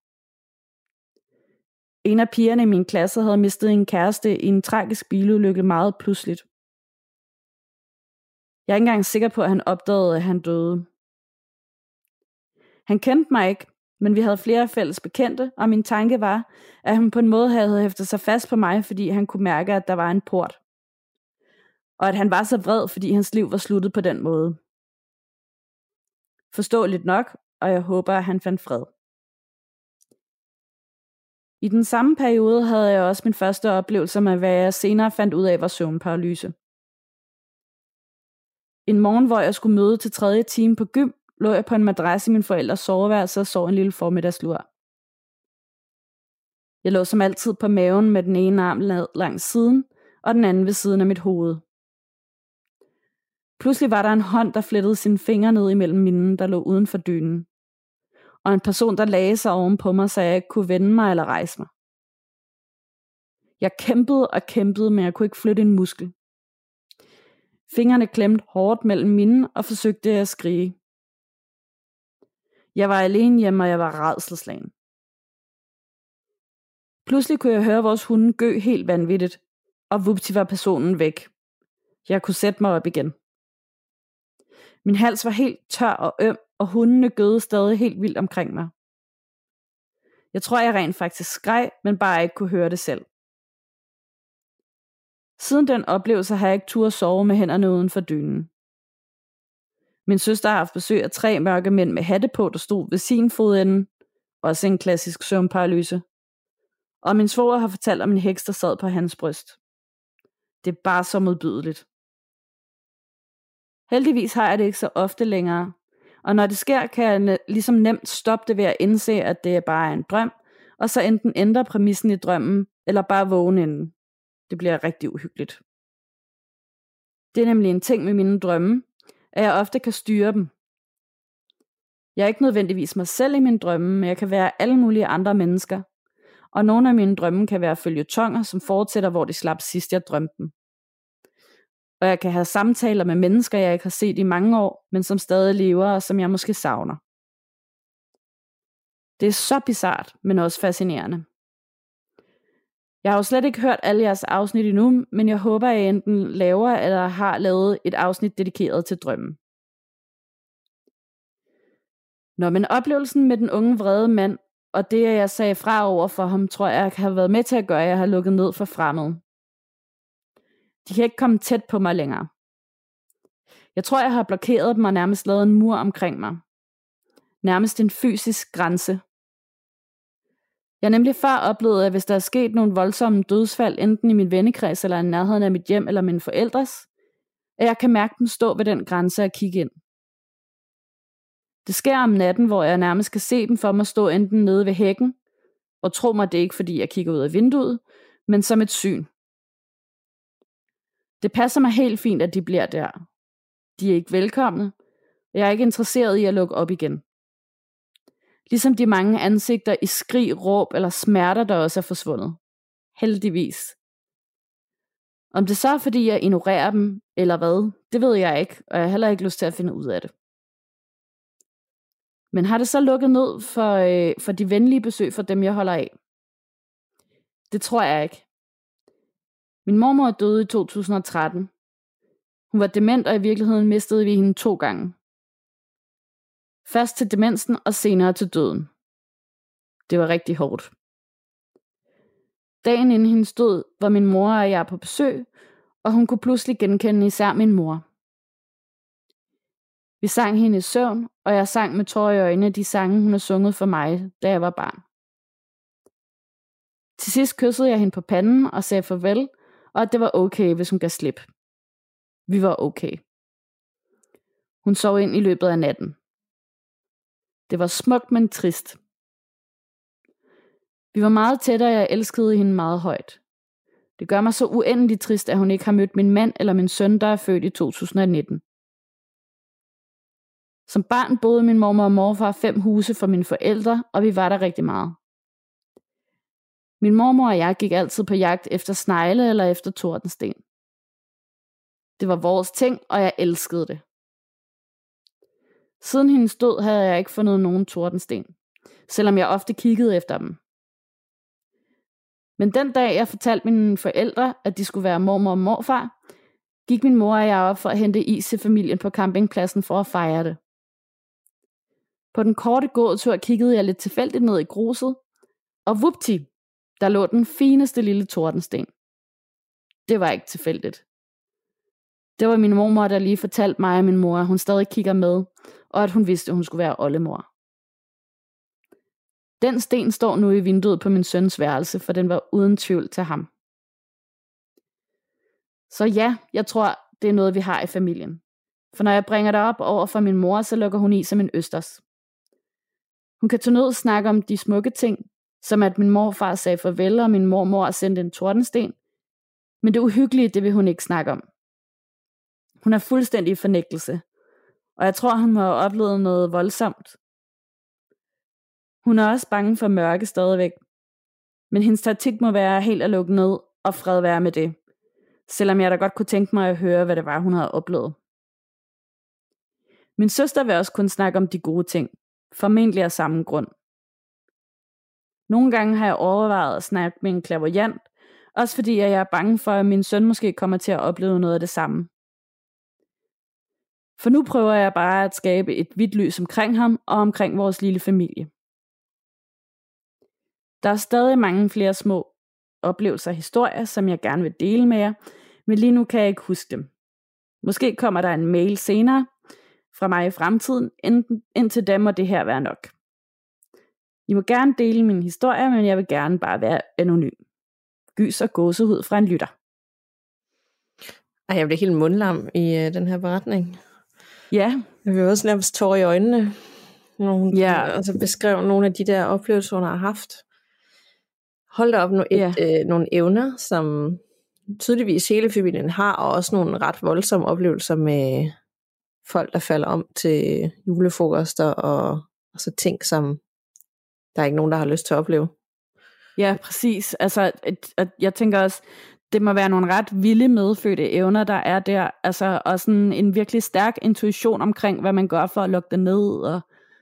En af pigerne i min klasse havde mistet en kæreste i en tragisk bilulykke meget pludseligt. Jeg er ikke engang sikker på, at han opdagede, at han døde. Han kendte mig ikke, men vi havde flere fælles bekendte, og min tanke var, at han på en måde havde hæftet sig fast på mig, fordi han kunne mærke, at der var en port. Og at han var så vred, fordi hans liv var sluttet på den måde. Forståeligt nok, og jeg håber, at han fandt fred. I den samme periode havde jeg også min første oplevelse med, hvad jeg senere fandt ud af var søvnparalyse. En morgen, hvor jeg skulle møde til 3. time på gym, lå jeg på en madras i min forældres soveværelse og sov en lille formiddagslur. Jeg lå som altid på maven med den ene arm langs siden, og den anden ved siden af mit hoved. Pludselig var der en hånd, der flettede sine fingre ned imellem mine, der lå uden for dynen. Og en person, der lagde sig oven på mig, så jeg ikke kunne vende mig eller rejse mig. Jeg kæmpede og kæmpede, men jeg kunne ikke flytte en muskel. Fingrene klemte hårdt mellem mine og forsøgte at skrige. Jeg var alene hjemme, og jeg var rædselsslagen. Pludselig kunne jeg høre vores hunde gø helt vanvittigt, og vupti var personen væk. Jeg kunne sætte mig op igen. Min hals var helt tør og øm, og hundene gøede stadig helt vildt omkring mig. Jeg tror, jeg rent faktisk skreg, men bare ikke kunne høre det selv. Siden den oplevelse har jeg ikke turde sove med hænderne uden for dynen. Min søster har haft besøg af 3 mørke mænd med hatte på, der stod ved sin fodende, også en klassisk søvnparalyse. Og min svoger har fortalt om en heks, der sad på hans bryst. Det er bare så modbydeligt. Heldigvis har jeg det ikke så ofte længere, og når det sker, kan jeg ligesom nemt stoppe det ved at indse, at det bare er en drøm, og så enten ændre præmissen i drømmen, eller bare vågne inden. Det bliver rigtig uhyggeligt. Det er nemlig en ting med mine drømme, at jeg ofte kan styre dem. Jeg er ikke nødvendigvis mig selv i mine drømme, men jeg kan være alle mulige andre mennesker, og nogle af mine drømme kan være følgetonger, som fortsætter, hvor de slap sidst jeg drømte dem. Og jeg kan have samtaler med mennesker, jeg ikke har set i mange år, men som stadig lever, og som jeg måske savner. Det er så bizart, men også fascinerende. Jeg har jo slet ikke hørt alle jeres afsnit endnu, men jeg håber, at jeg enten laver eller har lavet et afsnit dedikeret til drømmen. Men oplevelsen med den unge vrede mand, og det, at jeg sagde fra over for ham, tror jeg kan have været med til at gøre, at jeg har lukket ned for fremmede. De kan ikke komme tæt på mig længere. Jeg tror, jeg har blokeret dem og nærmest lavet en mur omkring mig. Nærmest en fysisk grænse. Jeg har nemlig før oplevet, at hvis der er sket nogle voldsomme dødsfald, enten i min vennekreds eller i nærheden af mit hjem eller mine forældres, at jeg kan mærke dem stå ved den grænse og kigge ind. Det sker om natten, hvor jeg nærmest kan se dem for mig stå enten nede ved hækken, og tro mig, det er ikke fordi jeg kigger ud af vinduet, men som et syn. Det passer mig helt fint, at de bliver der. De er ikke velkomne, og jeg er ikke interesseret i at lukke op igen. Ligesom de mange ansigter i skrig, råb eller smerter, der også er forsvundet. Heldigvis. Om det så er, fordi jeg ignorerer dem, eller hvad, det ved jeg ikke, og jeg har heller ikke lyst til at finde ud af det. Men har det så lukket ned for de venlige besøg for dem, jeg holder af? Det tror jeg ikke. Min mormor døde i 2013. Hun var dement, og i virkeligheden mistede vi hende 2 gange. Først til demensen, og senere til døden. Det var rigtig hårdt. Dagen inden hendes død var min mor og jeg på besøg, og hun kunne pludselig genkende især min mor. Vi sang hende i søvn, og jeg sang med tårer i øjnene de sange, hun har sunget for mig, da jeg var barn. Til sidst kyssede jeg hende på panden og sagde farvel, og at det var okay, hvis hun gav slip. Vi var okay. Hun sov ind i løbet af natten. Det var smukt, men trist. Vi var meget tætte, og jeg elskede hende meget højt. Det gør mig så uendelig trist, at hun ikke har mødt min mand eller min søn, der er født i 2019. Som barn boede min mormor og morfar 5 huse for mine forældre, og vi var der rigtig meget. Min mormor og jeg gik altid på jagt efter snegle eller efter tordensten. Det var vores ting, og jeg elskede det. Siden hendes død havde jeg ikke fundet nogen tordensten, selvom jeg ofte kiggede efter dem. Men den dag jeg fortalte mine forældre, at de skulle være mormor og morfar, gik min mor og jeg op for at hente is til familien på campingpladsen for at fejre det. På den korte gåtur kiggede jeg lidt tilfældigt ned i gruset, og vupti, der lå den fineste lille tordensten. Det var ikke tilfældigt. Det var min mormor, der lige fortalte mig og min mor, at hun stadig kigger med, og at hun vidste, at hun skulle være oldemor. Den sten står nu i vinduet på min søns værelse, for den var uden tvivl til ham. Så ja, jeg tror, det er noget, vi har i familien. For når jeg bringer det op over for min mor, så lukker hun i som en østers. Hun kan til nød snakke om de smukke ting, som at min morfar sagde farvel, og min mormor sendte en tordensten. Men det uhyggelige, det vil hun ikke snakke om. Hun er fuldstændig i fornægtelse, og jeg tror, hun må have oplevet noget voldsomt. Hun er også bange for mørke stadigvæk, men hendes taktik må være helt at lukke ned og fred være med det, selvom jeg da godt kunne tænke mig at høre, hvad det var, hun havde oplevet. Min søster vil også kun snakke om de gode ting, formentlig af samme grund. Nogle gange har jeg overvejet at snakke med en clairvoyant, også fordi jeg er bange for, at min søn måske kommer til at opleve noget af det samme. For nu prøver jeg bare at skabe et hvidt lys omkring ham og omkring vores lille familie. Der er stadig mange flere små oplevelser og historier, som jeg gerne vil dele med jer, men lige nu kan jeg ikke huske dem. Måske kommer der en mail senere fra mig i fremtiden, indtil da må det her være nok. I må gerne dele min historie, men jeg vil gerne bare være anonym. Gys og gåsehud fra en lytter. Ej, jeg blev helt mundlam i den her beretning. Ja. Jeg vil også nærmest tårer i øjnene, når hun altså beskrev nogle af de der oplevelser, hun har haft. Hold da op nogle evner, som tydeligvis hele familien har, og også nogle ret voldsomme oplevelser med folk, der falder om til julefrokoster, og så ting, som der er ikke nogen, der har lyst til at opleve. Ja, præcis. Altså, jeg tænker også, det må være nogle ret vilde medfødte evner, der er der. Altså, og sådan en virkelig stærk intuition omkring, hvad man gør for at lukke det ned, og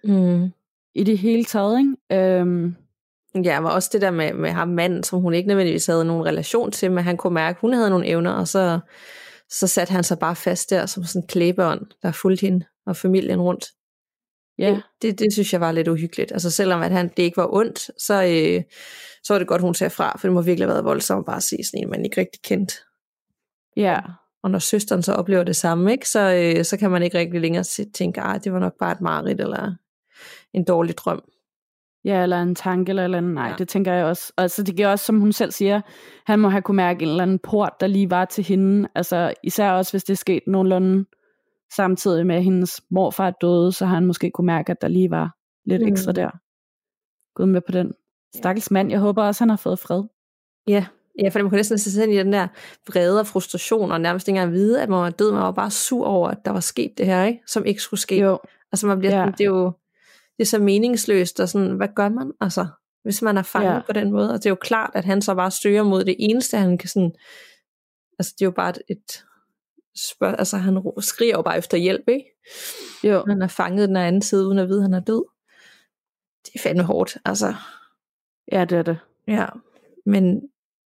i det hele taget, ikke? Ja, men også det der med ham manden, som hun ikke nødvendigvis havde nogen relation til, men han kunne mærke, at hun havde nogle evner, og så satte han sig bare fast der, som sådan en klæbeånd, der fulgte hende og familien rundt. Ja. Det synes jeg var lidt uhyggeligt. Altså selvom at det ikke var ondt, så var det godt, hun sagde fra, for det må virkelig have været voldsomt bare at se sådan en, man ikke rigtig kendt. Ja. Og når søsteren så oplever det samme, ikke, så kan man ikke rigtig længere tænke, det var nok bare et mareridt, eller en dårlig drøm. Ja, eller en tanke, eller andet. Nej, det tænker jeg også. Og så det giver også, som hun selv siger, han må have kunne mærke en eller anden port, der lige var til hende. Altså især også, hvis det skete nogenlunde samtidig med, at hendes morfar døde, så har han måske kunne mærke, at der lige var lidt ekstra der. Gud med på den. Stakkels mand, jeg håber også, han har fået fred. Ja, for man kunne næsten se sig i den der vrede og frustration, og nærmest ikke engang vide, at man var død, man var bare sur over, at der var sket det her, ikke? Som ikke skulle ske. Jo. Altså man bliver sådan, det er så meningsløst, og sådan, hvad gør man, altså, hvis man er fanget på den måde? Og det er jo klart, at han så bare styrer mod det eneste, han kan sådan, altså det er jo bare et spørgsmål, altså han skriger jo bare efter hjælp, ikke? Jo. Han er fanget den anden side, uden at vide, at han er død. Det er fandme hårdt, altså. Ja, det er det. Ja, men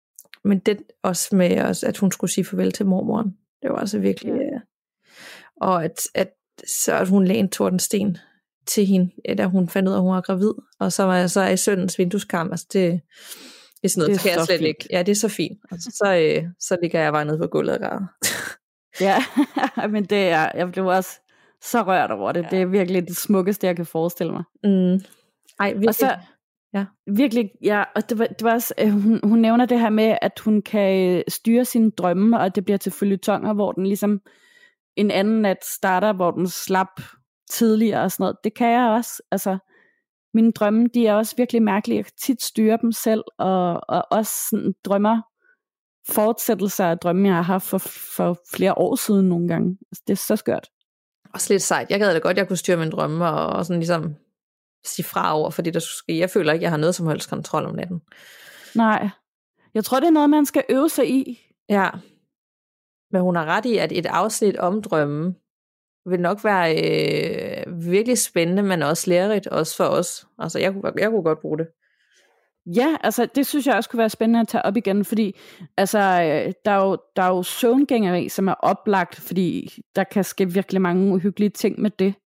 men det også med, at hun skulle sige farvel til mormoren. Det var altså virkelig... Ja. Og at hun lagde en tordensten til hende, da hun fandt ud af, at hun var gravid. Og så var jeg så i søndens vindueskarm. Altså det er sådan noget, det kan jeg slet ikke. Ja, det er så fint. Altså, så ligger jeg bare nede på gulvet og græder. Ja, men jeg blev også så rørt over det. Ja. Det er virkelig det smukkeste, jeg kan forestille mig. Ej, virkelig. Og så, virkelig, ja, og det var også, hun nævner det her med, at hun kan styre sine drømme, og det bliver til følgetonger, hvor den ligesom en anden nat starter, hvor den slap tidligere og sådan noget. Det kan jeg også. Altså, mine drømme, de er også virkelig mærkelige. Jeg kan tit styre dem selv, og også sådan drømmer fortsættelser af drømme, jeg har haft for flere år siden nogle gange. Altså, det er så skørt. Også lidt sejt. Jeg gad da godt, jeg kunne styre mine drømme, og sådan ligesom sige fra over for det, der skulle ske. Jeg føler ikke, jeg har noget som helst kontrol om natten. Nej. Jeg tror, det er noget, man skal øve sig i. Ja. Men hun har ret i, at et afsnit om drømme vil nok være virkelig spændende, men også lærerigt, også for os. Altså, jeg kunne godt bruge det. Ja, altså, det synes jeg også kunne være spændende at tage op igen, fordi altså, der er jo søvngængeri, som er oplagt, fordi der kan ske virkelig mange uhyggelige ting med det.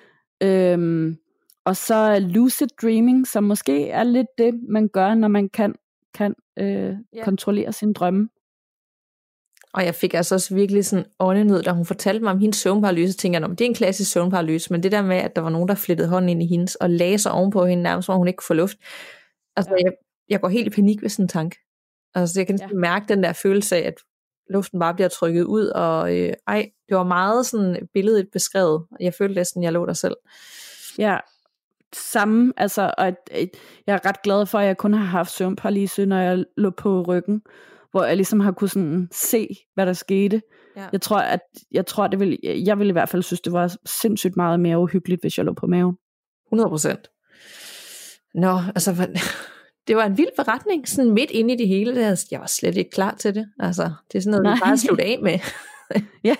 Og så lucid dreaming, som måske er lidt det, man gør, når man kan kontrollere sine drømme. Og jeg fik altså også virkelig sådan åndenød, da hun fortalte mig om hendes søvnparalyse, så tænkte jeg, det er en klassisk søvnparalyse, men det der med, at der var nogen, der flettede hånden ind i hendes, og lagde sig ovenpå hende nærmest, hvor hun ikke kunne få luft. Altså, jeg går helt i panik ved sådan en tanke. Altså, jeg kan mærke den der følelse af, at luften bare bliver trykket ud, og det var meget sådan billedet beskrevet. Jeg følte næsten, jeg lå der selv. Ja, samme, altså, og jeg er ret glad for, at jeg kun har haft søvnparalyse, når jeg lå på ryggen, hvor jeg ligesom har kunnet sådan se, hvad der skete. Ja. Jeg ville i hvert fald synes, det var sindssygt meget mere uhyggeligt, hvis jeg lå på maven. 100%. Nå, altså, det var en vild beretning, sådan midt inde i det hele. Jeg var slet ikke klar til det. Altså, det er sådan noget, vi bare slutte af med. Ja.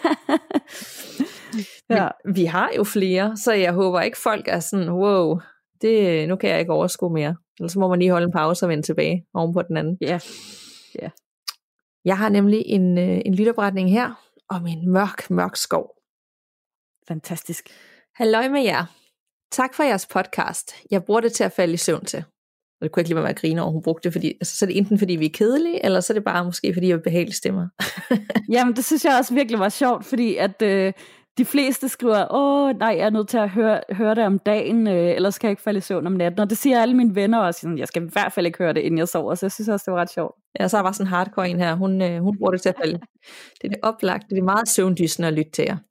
Ja. Vi har jo flere, så jeg håber ikke, folk er sådan, wow, nu kan jeg ikke overskue mere. Ellers så må man lige holde en pause og vende tilbage oven på den anden. Ja. Ja. Jeg har nemlig en lytterberetning her om en mørk skov. Fantastisk. Halløj med jer. Tak for jeres podcast. Jeg bruger det til at falde i søvn til. Og det kunne ikke lige være med at grine over, hun brugte det, fordi, altså, så er det enten fordi vi er kedelige, eller så er det bare måske fordi jeg er behagelige stemmer. Jamen det synes jeg også virkelig var sjovt, fordi at de fleste skriver, nej, jeg er nødt til at høre det om dagen, ellers kan jeg ikke falde i søvn om natten. Og det siger alle mine venner også, jeg skal i hvert fald ikke høre det, inden jeg sover, så jeg synes også, det var ret sjovt. Ja, så er der bare sådan en hardcore en her, hun bruger det til at falde. Det er det oplagt, det er meget søvndysende at lytte til jer.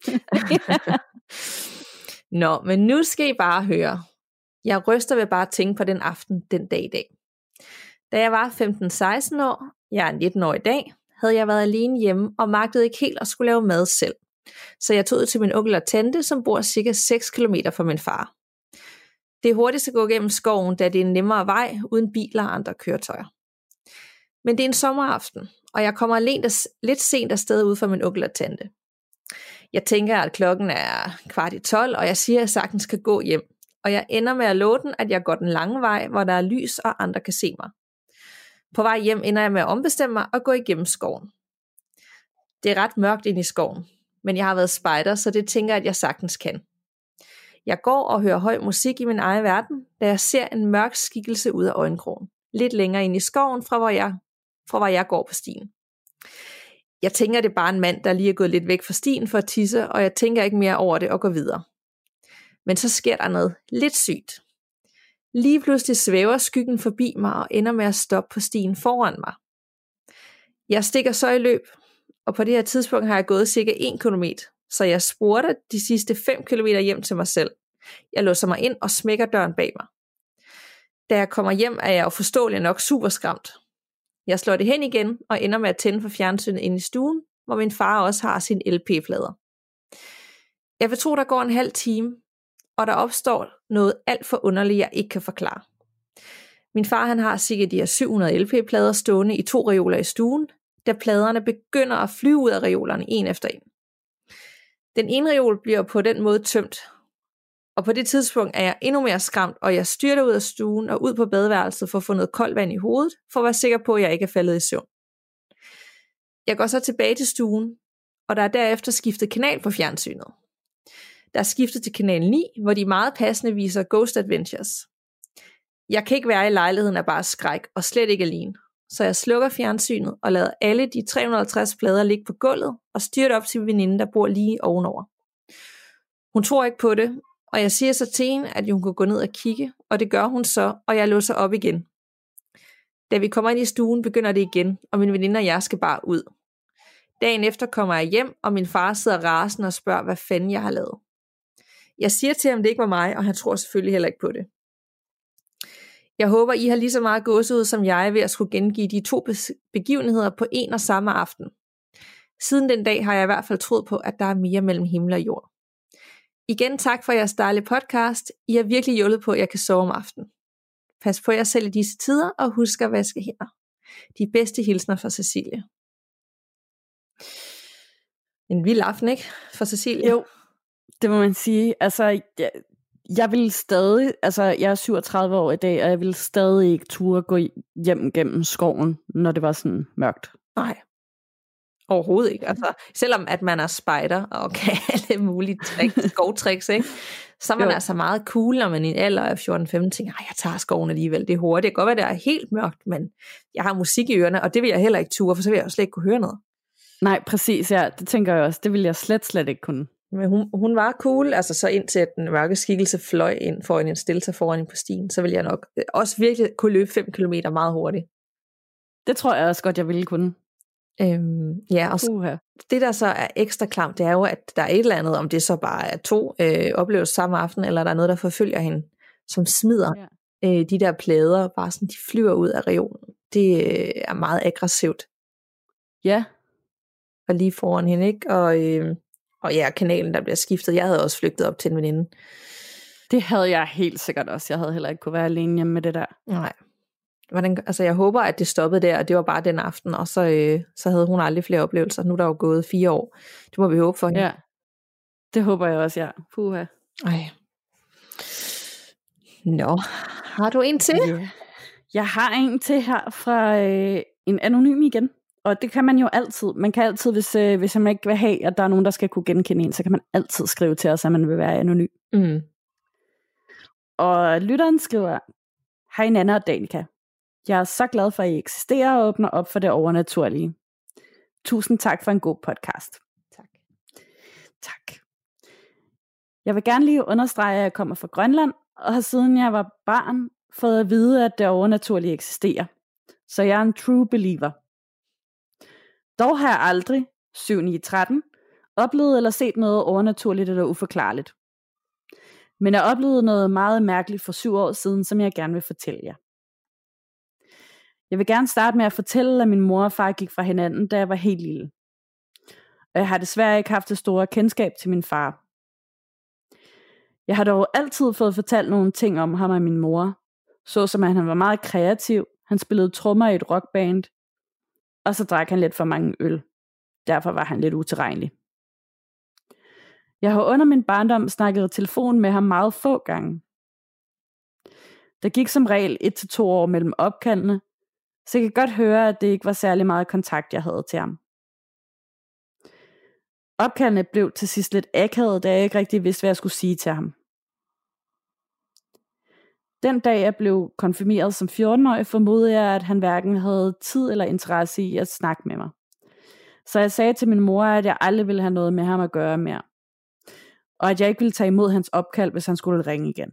Nå, men nu skal I bare høre. Jeg ryster ved bare at tænke på den aften, den dag i dag. Da jeg var 15-16 år, jeg er 19 år i dag, havde jeg været alene hjemme og magtede ikke helt at skulle lave mad selv. Så jeg tog ud til min onkel og tante, som bor cirka 6 km fra min far. Det er hurtigt at gå gennem skoven, da det er en nemmere vej, uden biler og andre køretøjer. Men det er en sommeraften, og jeg kommer lidt sent afsted ud fra min onkel og tante. Jeg tænker, at klokken er 11:15, og jeg siger, at jeg sagtens skal gå hjem. Og jeg ender med at love den, at jeg går den lange vej, hvor der er lys, og andre kan se mig. På vej hjem ender jeg med at ombestemme mig og gå igennem skoven. Det er ret mørkt inde i skoven, men jeg har været spejder, så det tænker jeg, at jeg sagtens kan. Jeg går og hører høj musik i min egen verden, da jeg ser en mørk skikkelse ud af øjenkrogen, lidt længere ind i skoven, fra hvor jeg går på stien. Jeg tænker, det er bare en mand, der lige er gået lidt væk fra stien for at tisse, og jeg tænker ikke mere over det og går videre. Men så sker der noget lidt sygt. Lige pludselig svæver skyggen forbi mig og ender med at stoppe på stien foran mig. Jeg stikker så i løb, og på det her tidspunkt har jeg gået cirka 1 kilometer, så jeg spurgte de sidste 5 kilometer hjem til mig selv. Jeg låser mig ind og smækker døren bag mig. Da jeg kommer hjem, er jeg jo forståeligt nok super skræmt. Jeg slår det hen igen og ender med at tænde for fjernsynet inde i stuen, hvor min far også har sine LP-plader. Jeg vil tro, der går en halv time, og der opstår noget alt for underligt, jeg ikke kan forklare. Min far han har cirka de her 700 LP-plader stående i 2 reoler i stuen, da pladerne begynder at flyve ud af reolerne en efter en. Den ene reol bliver på den måde tømt, og på det tidspunkt er jeg endnu mere skræmt, og jeg styrter ud af stuen og ud på badeværelset for at få noget koldt vand i hovedet, for at være sikker på, at jeg ikke er faldet i søvn. Jeg går så tilbage til stuen, og der er derefter skiftet kanal på fjernsynet. Der er skiftet til kanal 9, hvor de meget passende viser Ghost Adventures. Jeg kan ikke være i lejligheden af bare skræk, og slet ikke alene. Så jeg slukker fjernsynet og lader alle de 350 plader ligge på gulvet og styrter op til veninden, der bor lige ovenover. Hun tror ikke på det, og jeg siger så til hende, at hun kan gå ned og kigge, og det gør hun så, og jeg låser op igen. Da vi kommer ind i stuen, begynder det igen, og min veninde og jeg skal bare ud. Dagen efter kommer jeg hjem, og min far sidder rasende og spørger, hvad fanden jeg har lavet. Jeg siger til ham, det ikke var mig, og han tror selvfølgelig heller ikke på det. Jeg håber, I har lige så meget gåsehud som jeg ved at skulle gengive de to begivenheder på en og samme aften. Siden den dag har jeg i hvert fald troet på, at der er mere mellem himmel og jord. Igen tak for jeres dejlige podcast. I har virkelig hjulpet på, at jeg kan sove om aftenen. Pas på jer selv i disse tider, og husk at vaske hænder. De bedste hilsner fra Cecilie. En vild aften, ikke? For Cecilie. Jo, det må man sige. Altså, jeg vil stadig, altså jeg er 37 år i dag, og jeg vil stadig ikke turde gå hjem gennem skoven, når det var sådan mørkt. Nej, overhovedet ikke. Altså, selvom at man er spejder og kan alle mulige skovtricks, ikke? Så er man altså meget cool, når man i en alder af 14-15 tænker, jeg tager skoven alligevel, det er hurtigt. Det kan godt være, det er helt mørkt, men jeg har musik i ørerne, og det vil jeg heller ikke ture, for så vil jeg jo slet ikke kunne høre noget. Nej, præcis, ja, det tænker jeg også. Det vil jeg slet ikke kunne. Men hun var cool, altså så indtil at den mørke skikkelse fløj ind foran en stille sig foran på stien, så ville jeg nok også virkelig kunne løbe 5 kilometer meget hurtigt. Det tror jeg også godt, jeg ville kunne. Ja, og det der så er ekstra klamt, det er jo, at der er et eller andet, om det så bare er 2 oplevelser samme aften, eller der er noget, der forfølger hende, som smider de der plader, bare sådan, de flyver ud af reolen. Det er meget aggressivt. Ja. Og lige foran hende, ikke? Og ja, kanalen, der bliver skiftet. Jeg havde også flygtet op til en veninde. Det havde jeg helt sikkert også. Jeg havde heller ikke kunne være alene hjemme med det der. Nej. Altså jeg håber, at det stoppede der, og det var bare den aften, og så havde hun aldrig flere oplevelser. Nu er der jo gået 4 år. Det må vi håbe for hende. Ja, det håber jeg også, ja. Puha. Ej. Nå, har du en til? Yeah. Jeg har en til her fra en anonym igen. Og det kan man jo altid. Man kan altid, hvis man ikke vil have, at der er nogen, der skal kunne genkende en, så kan man altid skrive til os, at man vil være anonym. Mm. Og lytteren skriver, hej Nanna og Danika. Jeg er så glad for, at I eksisterer og åbner op for det overnaturlige. Tusind tak for en god podcast. Tak. Jeg vil gerne lige understrege, at jeg kommer fra Grønland, og har siden jeg var barn fået at vide, at det overnaturlige eksisterer. Så jeg er en true believer. Dog har jeg aldrig, 7-9-13, oplevet eller set noget overnaturligt eller uforklarligt. Men jeg oplevede noget meget mærkeligt for 7 år siden, som jeg gerne vil fortælle jer. Jeg vil gerne starte med at fortælle, at min mor og far gik fra hinanden, da jeg var helt lille. Og jeg har desværre ikke haft det store kendskab til min far. Jeg har dog altid fået fortalt nogle ting om ham og min mor, såsom at han var meget kreativ, han spillede trommer i et rockband, og så drak han lidt for mange øl. Derfor var han lidt utilregnelig. Jeg har under min barndom snakket telefon med ham meget få gange. Der gik som regel 1-2 år mellem opkaldene, så jeg kan godt høre, at det ikke var særlig meget kontakt, jeg havde til ham. Opkaldene blev til sidst lidt akavet, da jeg ikke rigtig vidste, hvad jeg skulle sige til ham. Den dag jeg blev konfirmeret som 14-årig, formodede jeg, at han hverken havde tid eller interesse i at snakke med mig. Så jeg sagde til min mor, at jeg aldrig ville have noget med ham at gøre mere. Og at jeg ikke ville tage imod hans opkald, hvis han skulle ringe igen.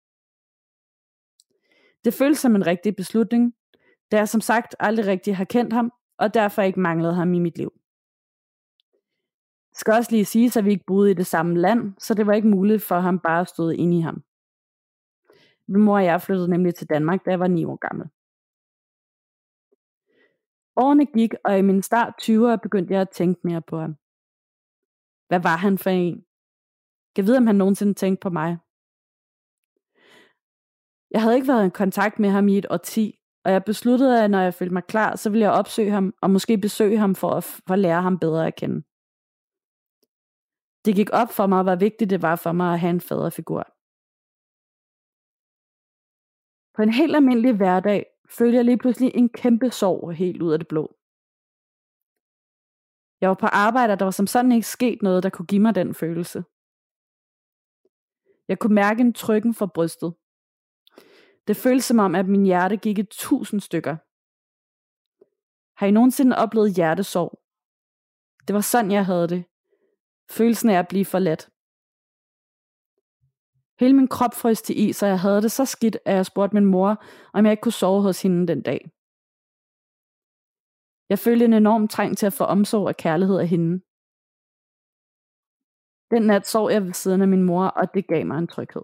Det føltes som en rigtig beslutning, da jeg som sagt aldrig rigtig har kendt ham, og derfor ikke manglede ham i mit liv. Det skal også lige siges, at vi ikke boede i det samme land, så det var ikke muligt for ham bare at stå inde i ham. Min mor og jeg flyttede nemlig til Danmark, da jeg var 9 år gammel. Årene gik, og i min start 20'ere begyndte jeg at tænke mere på ham. Hvad var han for en? Jeg ved, om han nogensinde tænkte på mig. Jeg havde ikke været i kontakt med ham i et årti, og jeg besluttede, at når jeg følte mig klar, så ville jeg opsøge ham, og måske besøge ham for at lære ham bedre at kende. Det gik op for mig, hvor vigtigt det var for mig at have en faderfigur. På en helt almindelig hverdag følte jeg lige pludselig en kæmpe sorg helt ud af det blå. Jeg var på arbejde, og der var som sådan ikke sket noget, der kunne give mig den følelse. Jeg kunne mærke en trykken fra brystet. Det føltes som om, at min hjerte gik i 1000 stykker. Har I nogensinde oplevet hjertesorg? Det var sådan, jeg havde det. Følelsen af at blive forladt. Hele min krop frøs til is, og jeg havde det så skidt, at jeg spurgte min mor, om jeg ikke kunne sove hos hende den dag. Jeg følte en enorm trang til at få omsorg og kærlighed af hende. Den nat sov jeg ved siden af min mor, og det gav mig en tryghed.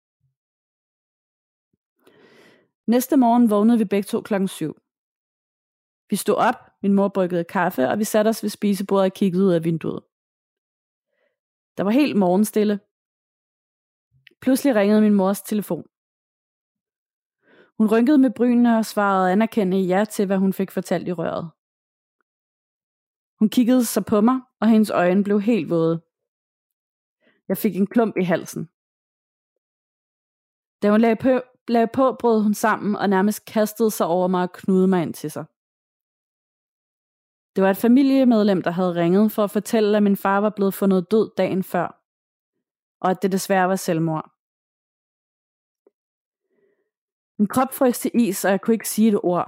Næste morgen vågnede vi begge to 7:00. Vi stod op, min mor bryggede kaffe, og vi satte os ved spisebordet og kiggede ud af vinduet. Der var helt morgenstille. Pludselig ringede min mors telefon. Hun rynkede med brynene og svarede anerkendende ja til, hvad hun fik fortalt i røret. Hun kiggede så på mig, og hendes øjne blev helt våde. Jeg fik en klump i halsen. Da hun lagde på, brød hun sammen og nærmest kastede sig over mig og knudede mig ind til sig. Det var et familiemedlem, der havde ringet for at fortælle, at min far var blevet fundet død dagen før, og at det desværre var selvmord. Min krop frøs til is, og jeg kunne ikke sige et ord.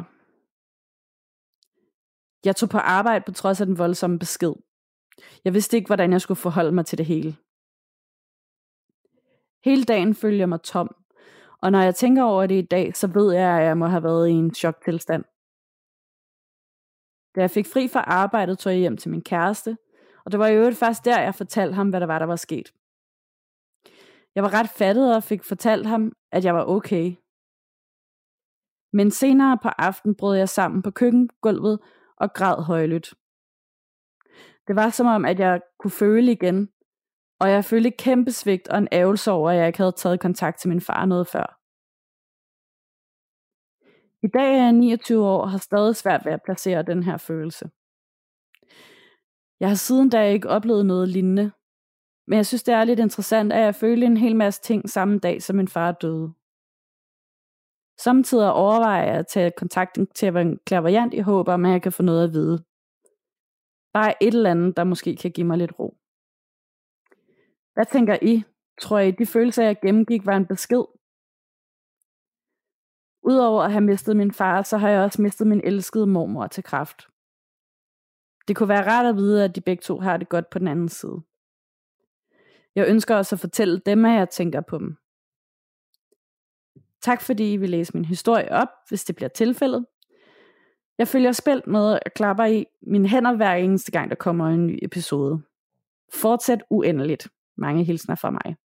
Jeg tog på arbejde på trods af den voldsomme besked. Jeg vidste ikke, hvordan jeg skulle forholde mig til det hele. Hele dagen følte jeg mig tom, og når jeg tænker over det i dag, så ved jeg, at jeg må have været i en choktilstand. Da jeg fik fri fra arbejdet, tog jeg hjem til min kæreste, og det var i øvrigt først der, jeg fortalte ham, hvad der var sket. Jeg var ret fattet og fik fortalt ham, at jeg var okay. Men senere på aftenen brød jeg sammen på køkkengulvet og græd højlydt. Det var som om, at jeg kunne føle igen, og jeg følte et kæmpe svigt og en ærgelse over, at jeg ikke havde taget kontakt til min far noget før. I dag er jeg 29 år og har stadig svært ved at placere den her følelse. Jeg har siden da ikke oplevet noget lignende, men jeg synes, det er lidt interessant, at jeg følte en hel masse ting samme dag, som min far døde. Samtidig overvejer jeg at tage kontakten til at være en clairvoyant i håb om, at jeg kan få noget at vide. Bare et eller andet, der måske kan give mig lidt ro. Hvad tænker I? Tror I, de følelser, jeg gennemgik, var en besked? Udover at have mistet min far, så har jeg også mistet min elskede mormor til kræft. Det kunne være rart at vide, at de begge to har det godt på den anden side. Jeg ønsker også at fortælle dem, at jeg tænker på dem. Tak fordi I vil læse min historie op, hvis det bliver tilfældet. Jeg følger spændt med og klapper i mine hænder hver eneste gang, der kommer en ny episode. Fortsæt uendeligt. Mange hilsner fra mig.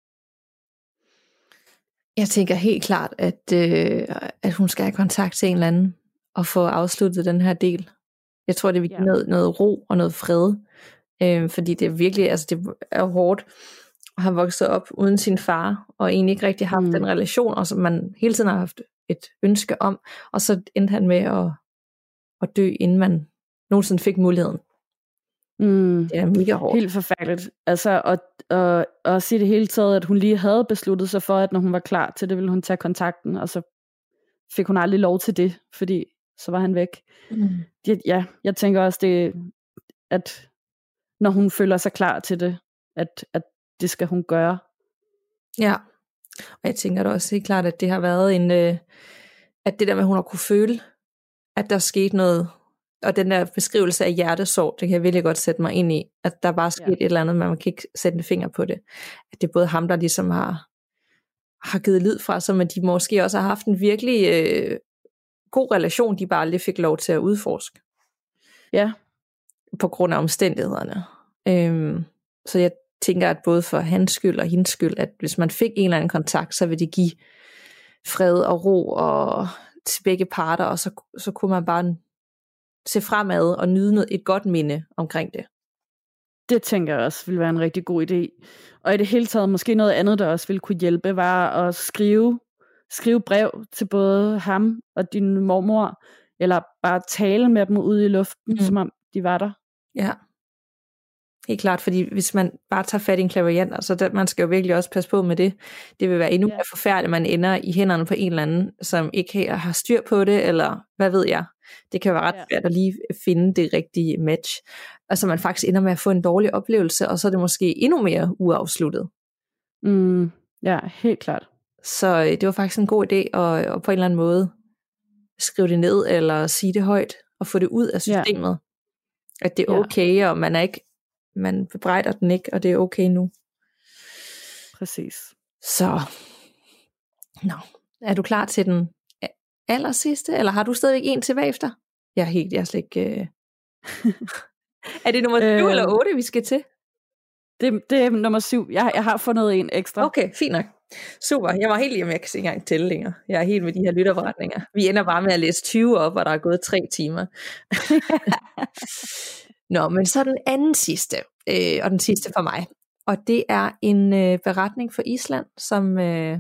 Jeg tænker helt klart, at hun skal have kontakt til en eller anden og få afsluttet den her del. Jeg tror, det vil give noget ro og noget fred. Fordi det er virkelig, altså det er hårdt at have vokset op uden sin far, og egentlig ikke rigtig haft den relation, og som man hele tiden har haft et ønske om, og så endte han med at dø, inden man nogensinde fik muligheden. Det er mega hårdt. Helt forfærdeligt. Altså, og sige det hele taget, at hun lige havde besluttet sig for, at når hun var klar til det, ville hun tage kontakten, og så fik hun aldrig lov til det, fordi så var han væk. Jeg tænker også, at når hun føler sig klar til det, at det skal hun gøre. Ja, og jeg tænker da også helt klart, at det har været at det der med, at hun har kunne føle, at der skete noget, og den der beskrivelse af hjertesorg, det kan jeg virkelig godt sætte mig ind i, at der bare skete et eller andet, men man kan ikke sætte en finger på det. At det er både ham, der ligesom har givet lyd fra, som at de måske også har haft en virkelig god relation, de bare aldrig fik lov til at udforske. Ja. På grund af omstændighederne. Så jeg tænker, at både for hans skyld og hendes skyld, at hvis man fik en eller anden kontakt, så vil det give fred og ro og til begge parter, og så kunne man bare se fremad og nyde et godt minde omkring det. Det tænker jeg også ville være en rigtig god idé. Og i det hele taget, måske noget andet, der også ville kunne hjælpe, var at skrive brev til både ham og din mormor, eller bare tale med dem ude i luften, som om de var der. Ja. Helt klart, fordi hvis man bare tager fat i en clairvoyant, altså man skal jo virkelig også passe på med det. Det vil være endnu mere forfærdeligt, at man ender i hænderne på en eller anden, som ikke har styr på det, eller hvad ved jeg. Det kan være ret svært at lige finde det rigtige match. Altså man faktisk ender med at få en dårlig oplevelse, og så er det måske endnu mere uafsluttet. Ja, helt klart. Så det var faktisk en god idé at på en eller anden måde skrive det ned, eller sige det højt, og få det ud af systemet. At det er okay, og man bebrejder den ikke, og det er okay nu. Præcis. Så, er du klar til den aller sidste, eller har du stadigvæk en til bagefter? Jeg er slet ikke... Er det nummer 7 eller 8, vi skal til? Det er nummer 7. Jeg har fundet en ekstra. Okay, fint nok. Super, jeg var helt lige, om jeg kan ikke engang tælle længere. Jeg er helt med de her lytterberetninger. Vi ender bare med at læse 20 op, og der er gået 3 timer. Nå, men så den anden sidste, og den sidste for mig. Og det er en beretning for Island, som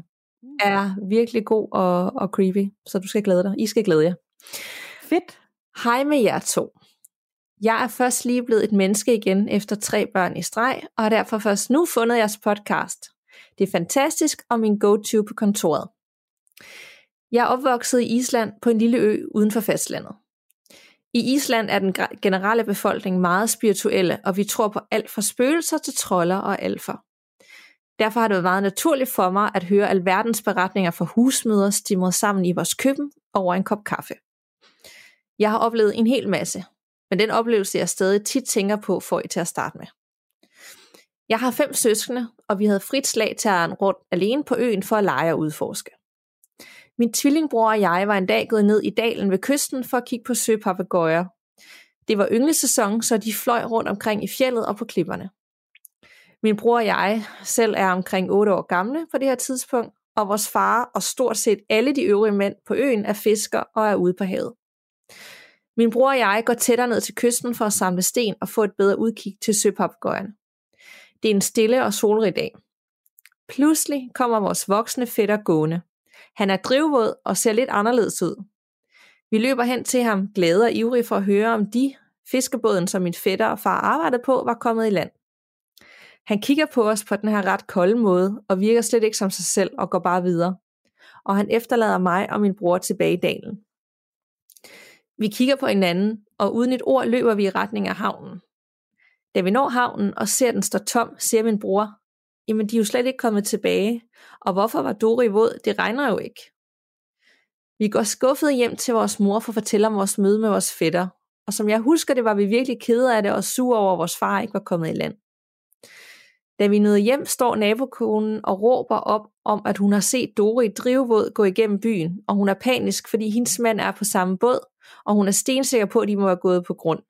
er virkelig god og creepy. Så du skal glæde dig. I skal glæde jer. Fedt. Hej med jer 2. Jeg er først lige blevet et menneske igen efter 3 børn i streg, og har derfor først nu fundet jeres podcast. Det er fantastisk, og min go-to på kontoret. Jeg er opvokset i Island på en lille ø uden for fastlandet. I Island er den generelle befolkning meget spirituelle, og vi tror på alt fra spøgelser til trolder og alfer. Derfor har det været meget naturligt for mig at høre alverdens beretninger fra husmødre stimret sammen i vores køkken over en kop kaffe. Jeg har oplevet en hel masse, men den oplevelse jeg stadig tit tænker på, får I til at starte med. Jeg har 5 søskende, og vi havde frit slag til at rundt alene på øen for at lege og udforske. Min tvillingbror og jeg var en dag gået ned i dalen ved kysten for at kigge på søpapegøjer. Det var ynglesæson, så de fløj rundt omkring i fjeldet og på klipperne. Min bror og jeg selv er omkring 8 år gamle på det her tidspunkt, og vores far og stort set alle de øvrige mænd på øen er fisker og er ude på havet. Min bror og jeg går tættere ned til kysten for at samle sten og få et bedre udkig til søpapegøjerne. Det er en stille og solrig dag. Pludselig kommer vores voksne fætter gående. Han er drivvåd og ser lidt anderledes ud. Vi løber hen til ham, glade og ivrige for at høre, om fiskebåden, som min fætter og far arbejdede på, var kommet i land. Han kigger på os på den her ret kolde måde, og virker slet ikke som sig selv og går bare videre. Og han efterlader mig og min bror tilbage i dalen. Vi kigger på hinanden, og uden et ord løber vi i retning af havnen. Da vi når havnen og ser den står tom, siger min bror, jamen de er jo slet ikke kommet tilbage, og hvorfor var Dori våd? Det regner jo ikke. Vi går skuffet hjem til vores mor for at fortælle om vores møde med vores fætter, og som jeg husker det, var vi virkelig kede af det og sure over, at vores far ikke var kommet i land. Da vi nåede hjem, står nabokonen og råber op om, at hun har set Dori drivvåd gå igennem byen, og hun er panisk, fordi hendes mand er på samme båd, og hun er stensikker på, at de må have gået på grund.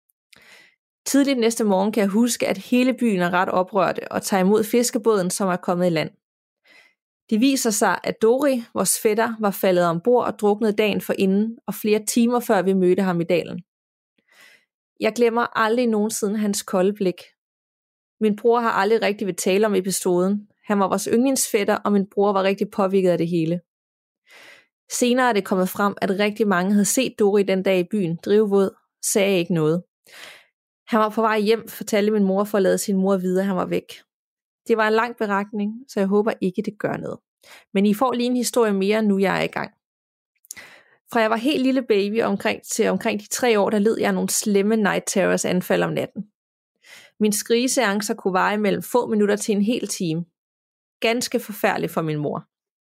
Tidligt næste morgen kan jeg huske, at hele byen er ret oprørte og tager imod fiskebåden, som er kommet i land. Det viser sig, at Dori, vores fætter, var faldet ombord og druknet dagen forinden, og flere timer før vi mødte ham i dalen. Jeg glemmer aldrig nogensinde hans kolde blik. Min bror har aldrig rigtig vil tale om episoden. Han var vores yndlingsfætter, og min bror var rigtig påvirket af det hele. Senere er det kommet frem, at rigtig mange havde set Dori den dag i byen, drivvåd, sagde ikke noget. Han var på vej hjem, fortalte min mor for at lade sin mor vide, at han var væk. Det var en lang beretning, så jeg håber ikke, det gør noget. Men I får lige en historie mere, nu jeg er i gang. Fra jeg var helt lille baby til omkring de 3 år, der led jeg nogle slemme night terrors anfald om natten. Min skrigeseancer kunne veje mellem få minutter til en hel time. Ganske forfærdeligt for min mor.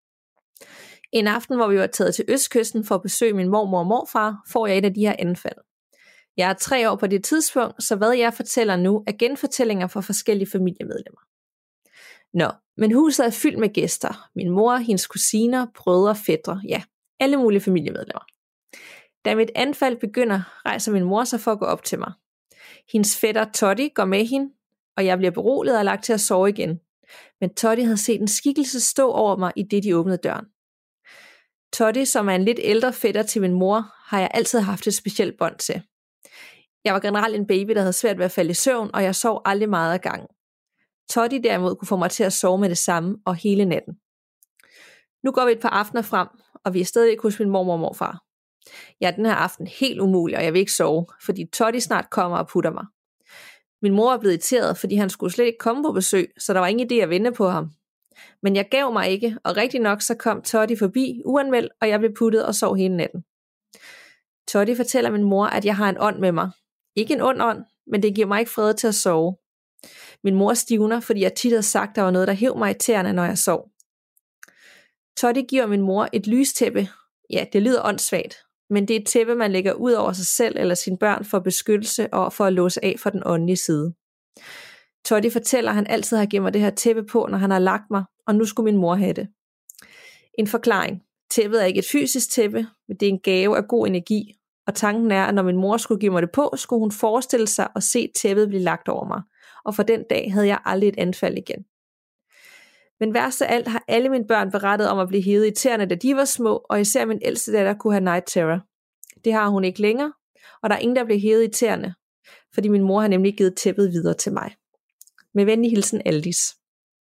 En aften, hvor vi var taget til Østkysten for at besøge min mormor og morfar, får jeg et af de her anfald. Jeg er 3 år på det tidspunkt, så hvad jeg fortæller nu er genfortællinger fra forskellige familiemedlemmer. Nå, men huset er fyldt med gæster. Min mor, hendes kusiner, brødre, fætre, ja, alle mulige familiemedlemmer. Da mit anfald begynder, rejser min mor sig for at gå op til mig. Hendes fætter Toddy går med hende, og jeg bliver beroliget og lagt til at sove igen. Men Toddy havde set en skikkelse stå over mig, i det de åbnede døren. Toddy, som er en lidt ældre fætter til min mor, har jeg altid haft et specielt bånd til. Jeg var generelt en baby, der havde svært ved at falde i søvn, og jeg sov aldrig meget ad gangen. Toddy derimod kunne få mig til at sove med det samme, og hele natten. Nu går vi et par aftener frem, og vi er stadig hos min mormor og morfar. Jeg er den her aften helt umulig, og jeg vil ikke sove, fordi Toddy snart kommer og putter mig. Min mor er blevet irriteret, fordi han skulle slet ikke komme på besøg, så der var ingen idé at vente på ham. Men jeg gav mig ikke, og rigtig nok så kom Toddy forbi uanmeldt, og jeg blev puttet og sov hele natten. Toddy fortæller min mor, at jeg har en ånd med mig. Ikke en ond ånd, men det giver mig ikke fred til at sove. Min mor stivner, fordi jeg tit havde sagt, at der var noget, der hev mig i tæerne, når jeg sov. Toddy giver min mor et lystæppe. Ja, det lyder åndssvagt, men det er et tæppe, man lægger ud over sig selv eller sine børn for beskyttelse og for at låse af for den åndelige side. Toddy fortæller, at han altid har givet mig det her tæppe på, når han har lagt mig, og nu skulle min mor have det. En forklaring. Tæppet er ikke et fysisk tæppe, men det er en gave af god energi, og tanken er, at når min mor skulle give mig det på, skulle hun forestille sig at se tæppet blive lagt over mig, og for den dag havde jeg aldrig et anfald igen. Men værst af alt har alle mine børn berettet om at blive hevet i tæerne, da de var små, og især min ældste datter kunne have night terror. Det har hun ikke længere, og der er ingen, der bliver hevet i tæerne, fordi min mor har nemlig givet tæppet videre til mig. Med venlig hilsen, Aldis.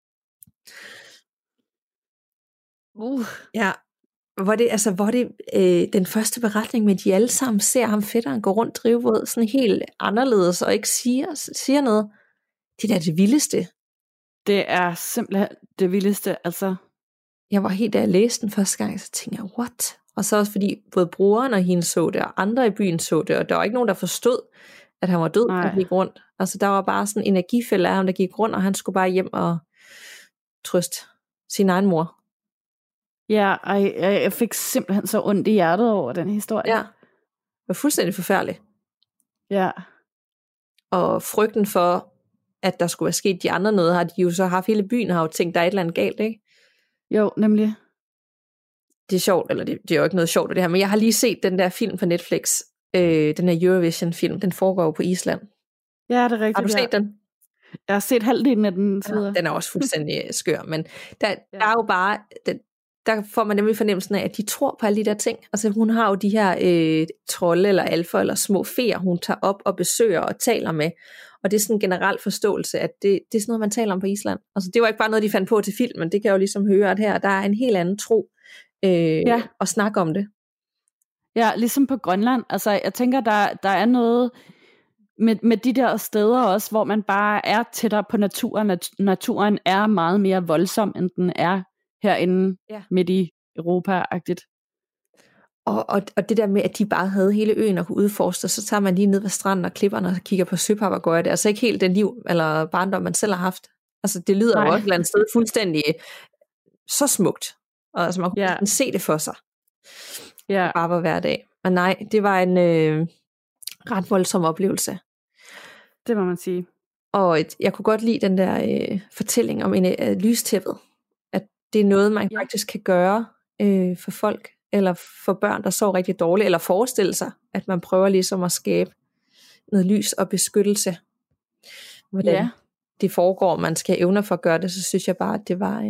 Ja, hvor det den første beretning med, de alle sammen ser ham fætteren gå rundt drivvåd, sådan helt anderledes, og ikke siger noget. Det er da det vildeste. Det er simpelthen det vildeste, altså. Jeg var helt, da jeg læste den første gang, så tænkte jeg, what? Og så også fordi både broren og hende så det, og andre i byen så det, og der var ikke nogen, der forstod, at han var død, og gik rundt. Altså der var bare sådan en energifælde af ham, der gik rundt, og han skulle bare hjem og trøste sin egen mor. Ja, jeg fik simpelthen så ondt i hjertet over den historie. Ja, det var fuldstændig forfærdeligt. Ja. Og frygten for, at der skulle være sket de andre noget, har de jo så haft, hele byen har jo tænkt, der er et eller andet galt, ikke? Jo, nemlig. Det er sjovt, eller det er jo ikke noget sjovt af det her, men jeg har lige set den der film på Netflix, den her Eurovision-film, den foregår jo på Island. Ja, det er rigtigt. Har du set den? Jeg har set halvdelen af den. Ja, den er også fuldstændig skør, men der er jo bare, der får man nemlig fornemmelsen af, at de tror på alle de der ting. Altså hun har jo de her trolde eller alfer eller små feer, hun tager op og besøger og taler med. Og det er sådan en generel forståelse, at det er sådan noget, man taler om på Island. Altså det var ikke bare noget, de fandt på til filmen, det kan jeg jo ligesom høre, at her der er en helt anden tro at snakke om det. Ja, ligesom på Grønland. Altså jeg tænker, der er noget med de der steder også, hvor man bare er tættere på naturen. Naturen er meget mere voldsom, end den er herinde midt i Europa-agtigt. Og det der med, at de bare havde hele øen og kunne udforske, så tager man lige ned ved stranden og klipperne og kigger på søpapagøjer. Det er altså ikke helt den liv eller barndom, man selv har haft. Altså det lyder jo også et eller andet sted fuldstændig så smukt. Og altså man kunne se det for sig. Ja. Bare var hver dag. Men nej, det var en ret voldsom oplevelse. Det må man sige. Og jeg kunne godt lide den der fortælling om lystæppet. At det er noget, man faktisk kan gøre for folk, eller for børn, der sover rigtig dårligt, eller forestille sig, at man prøver ligesom at skabe noget lys og beskyttelse. Hvordan det foregår, man skal have evner for at gøre det, så synes jeg bare, at det var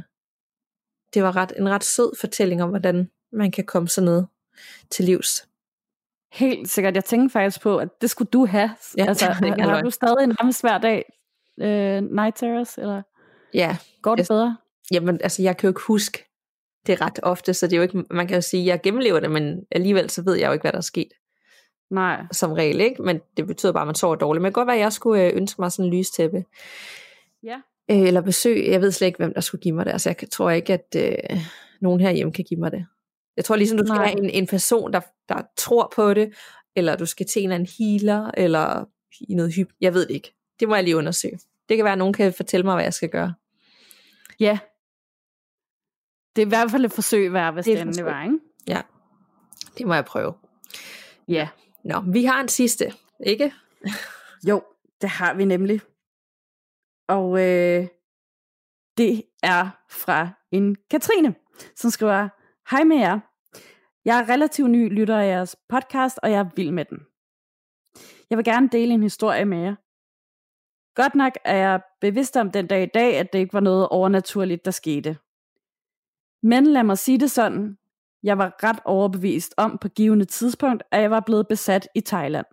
en ret sød fortælling om, hvordan man kan komme sådan noget til livs. Helt sikkert. Jeg tænkte faktisk på, at det skulle du have. Ja, altså, har du stadig nærmest hver dag night terrors, eller går det bedre? Jamen, altså jeg kan jo ikke huske det ret ofte, så det er jo ikke, man kan jo sige, at jeg gennemlever det, men alligevel så ved jeg jo ikke, hvad der er sket. Nej. Som regel, ikke? Men det betyder bare, at man sover dårligt. Men det kan godt være, at jeg skulle ønske mig sådan en lystæppe. Ja. Eller besøg. Jeg ved slet ikke, hvem der skulle give mig det. Altså jeg tror ikke, at nogen herhjemme kan give mig det. Jeg tror ligesom, du skal have en person, der tror på det, eller du skal til en eller anden healer, eller i noget jeg ved det ikke. Det må jeg lige undersøge. Det kan være, at nogen kan fortælle mig, hvad jeg skal gøre. Ja. Det er i hvert fald et forsøg værd, hvis det endelig var, ikke? Ja, det må jeg prøve. Ja. Nå, vi har en sidste, ikke? Jo, det har vi nemlig. Og det er fra en Katrine, som skriver: Hej med jer. Jeg er relativt ny lytter af jeres podcast, og jeg er vild med den. Jeg vil gerne dele en historie med jer. Godt nok er jeg bevidst om den dag i dag, at det ikke var noget overnaturligt, der skete. Men lad mig sige det sådan. Jeg var ret overbevist om på givende tidspunkt, at jeg var blevet besat i Thailand.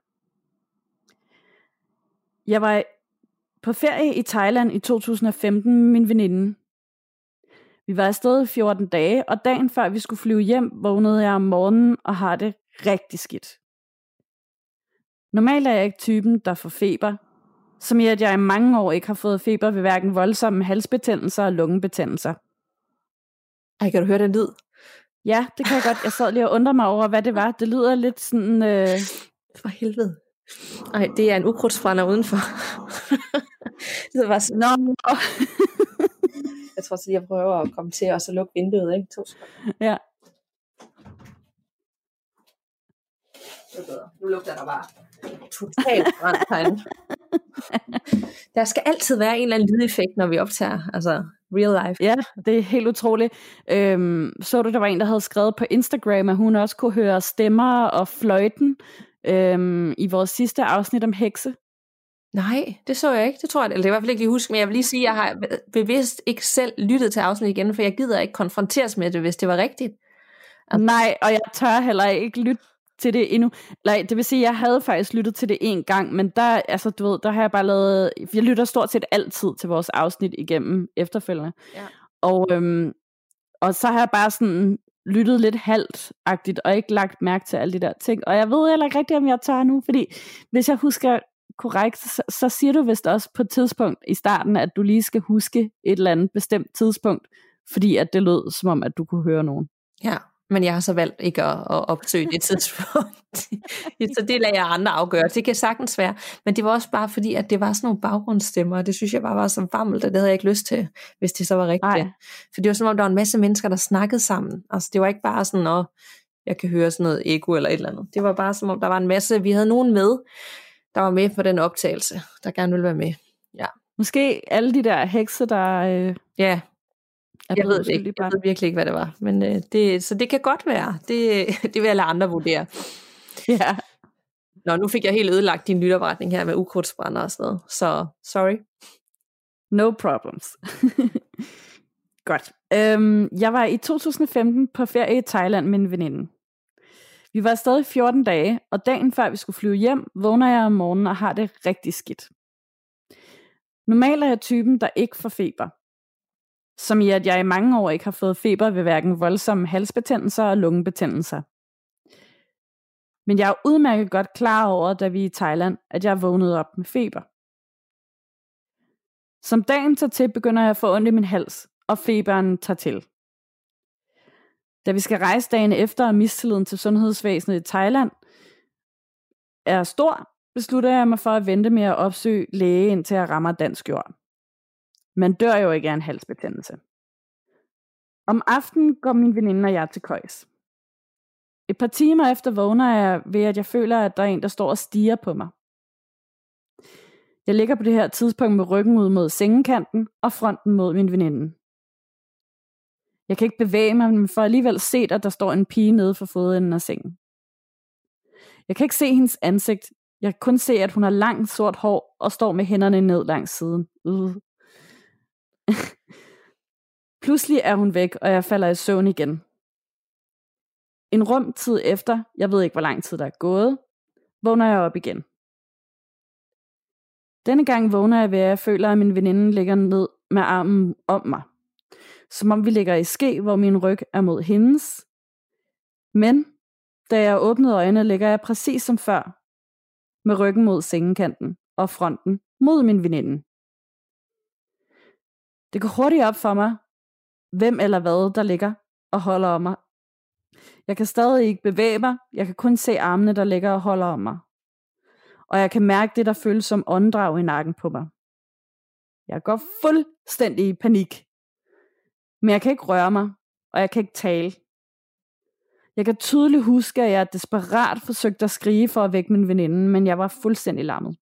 Jeg var på ferie i Thailand i 2015 med min veninde. Vi var afsted i 14 dage, og dagen før vi skulle flyve hjem, vågnede jeg om morgenen og har det rigtig skidt. Normalt er jeg ikke typen, der får feber, som i at jeg i mange år ikke har fået feber ved hverken voldsomme halsbetændelser og lungebetændelser. Ej, kan du høre den lyd? Ja, det kan jeg godt. Jeg sad lige og undrede mig over, hvad det var. Det lyder lidt sådan... For helvede. Ej, det er en ukrudtsbrænder udenfor. Det var sådan, Nå. jeg tror så, jeg prøver at komme til og så lukke vinduet, ikke? 2 sekunder. Ja. Nu lugter der bare totalt brændt herinde. Der skal altid være en eller anden lydeffekt, når vi optager, altså real life. Ja, det er helt utroligt. Så du, der var en, der havde skrevet på Instagram, at hun også kunne høre stemmer og fløjten i vores sidste afsnit om hekse. Nej, det så jeg ikke. Det tror jeg, eller det er i hvert fald ikke lige huske, men jeg vil lige sige, at jeg har bevidst ikke selv lyttet til afsnit igen, for jeg gider ikke konfronteres med det, hvis det var rigtigt. Altså. Nej, og jeg tør heller ikke lytte til det endnu. Nej, det vil sige, at jeg havde faktisk lyttet til det en gang, men der, altså, du ved, der har jeg bare lavet... Jeg lytter stort set altid til vores afsnit igennem efterfølgende. Ja. Og så har jeg bare sådan lyttet lidt halvt-agtigt, og ikke lagt mærke til alle de der ting. Og jeg ved heller ikke rigtigt, om jeg tør nu, fordi hvis jeg husker korrekt, så siger du vist også på et tidspunkt i starten, at du lige skal huske et eller andet bestemt tidspunkt, fordi at det lød som om, at du kunne høre nogen. Ja, men jeg har så valgt ikke at opsøge det tidspunkt. Så det lader jeg andre afgøre. Det kan sagtens være. Men det var også bare fordi, at det var sådan nogle baggrundsstemmer, og det synes jeg bare var så varmt, og det havde jeg ikke lyst til, hvis det så var rigtigt. Ej. For det var som om, der var en masse mennesker, der snakkede sammen. Altså det var ikke bare sådan, at jeg kan høre sådan noget eko eller et eller andet. Det var bare som om, der var en masse, vi havde nogen med, der var med på den optagelse, der gerne ville være med. Ja. Måske alle de der hekse, der... Ja. Jeg ved det ikke. Jeg ved virkelig ikke, hvad det var. Men så det kan godt være. Det vil alle andre vurdere. Ja. Nå, nu fik jeg helt ødelagt din lytopretning her med ukrudtsbrænder og sådan noget. Så sorry. No problems. Godt. Jeg var i 2015 på ferie i Thailand med en veninde. Vi var stadig 14 dage, og dagen før vi skulle flyve hjem, vågner jeg om morgenen og har det rigtig skidt. Normalt er jeg typen, der ikke får feber. Som i, at jeg i mange år ikke har fået feber ved hverken voldsomme halsbetændelser og lungebetændelser. Men jeg er udmærket godt klar over, da vi er i Thailand, at jeg er vågnet op med feber. Som dagen tager til, begynder jeg at få ondt i min hals, og feberen tager til. Da vi skal rejse dagen efter, og mistilliden til sundhedsvæsenet i Thailand er stor, beslutter jeg mig for at vente med at opsøge læge, indtil jeg rammer dansk jord. Man dør jo ikke af en halsbetændelse. Om aftenen går min veninde og jeg til køjs. Et par timer efter vågner jeg ved, at jeg føler, at der er en, der står og stirrer på mig. Jeg ligger på det her tidspunkt med ryggen ud mod sengekanten og fronten mod min veninde. Jeg kan ikke bevæge mig, men får alligevel set, at der står en pige nede for fodenden af sengen. Jeg kan ikke se hendes ansigt. Jeg kan kun se, at hun har langt sort hår og står med hænderne ned langs siden. Pludselig er hun væk, og jeg falder i søvn igen. En rum tid efter, jeg ved ikke hvor lang tid der er gået, vågner jeg op igen. Denne gang vågner jeg ved, at jeg føler, at min veninde ligger ned med armen om mig. Som om vi ligger i ske, hvor min ryg er mod hendes. Men da jeg åbnede øjnene, ligger jeg præcis som før, med ryggen mod sengekanten og fronten mod min veninde. Det går hurtigt op for mig, hvem eller hvad der ligger og holder om mig. Jeg kan stadig ikke bevæge mig, jeg kan kun se armene, der ligger og holder om mig. Og jeg kan mærke det, der føles som åndedrag i nakken på mig. Jeg går fuldstændig i panik. Men jeg kan ikke røre mig, og jeg kan ikke tale. Jeg kan tydeligt huske, at jeg desperat forsøgte at skrige for at vække min veninde, men jeg var fuldstændig lammet.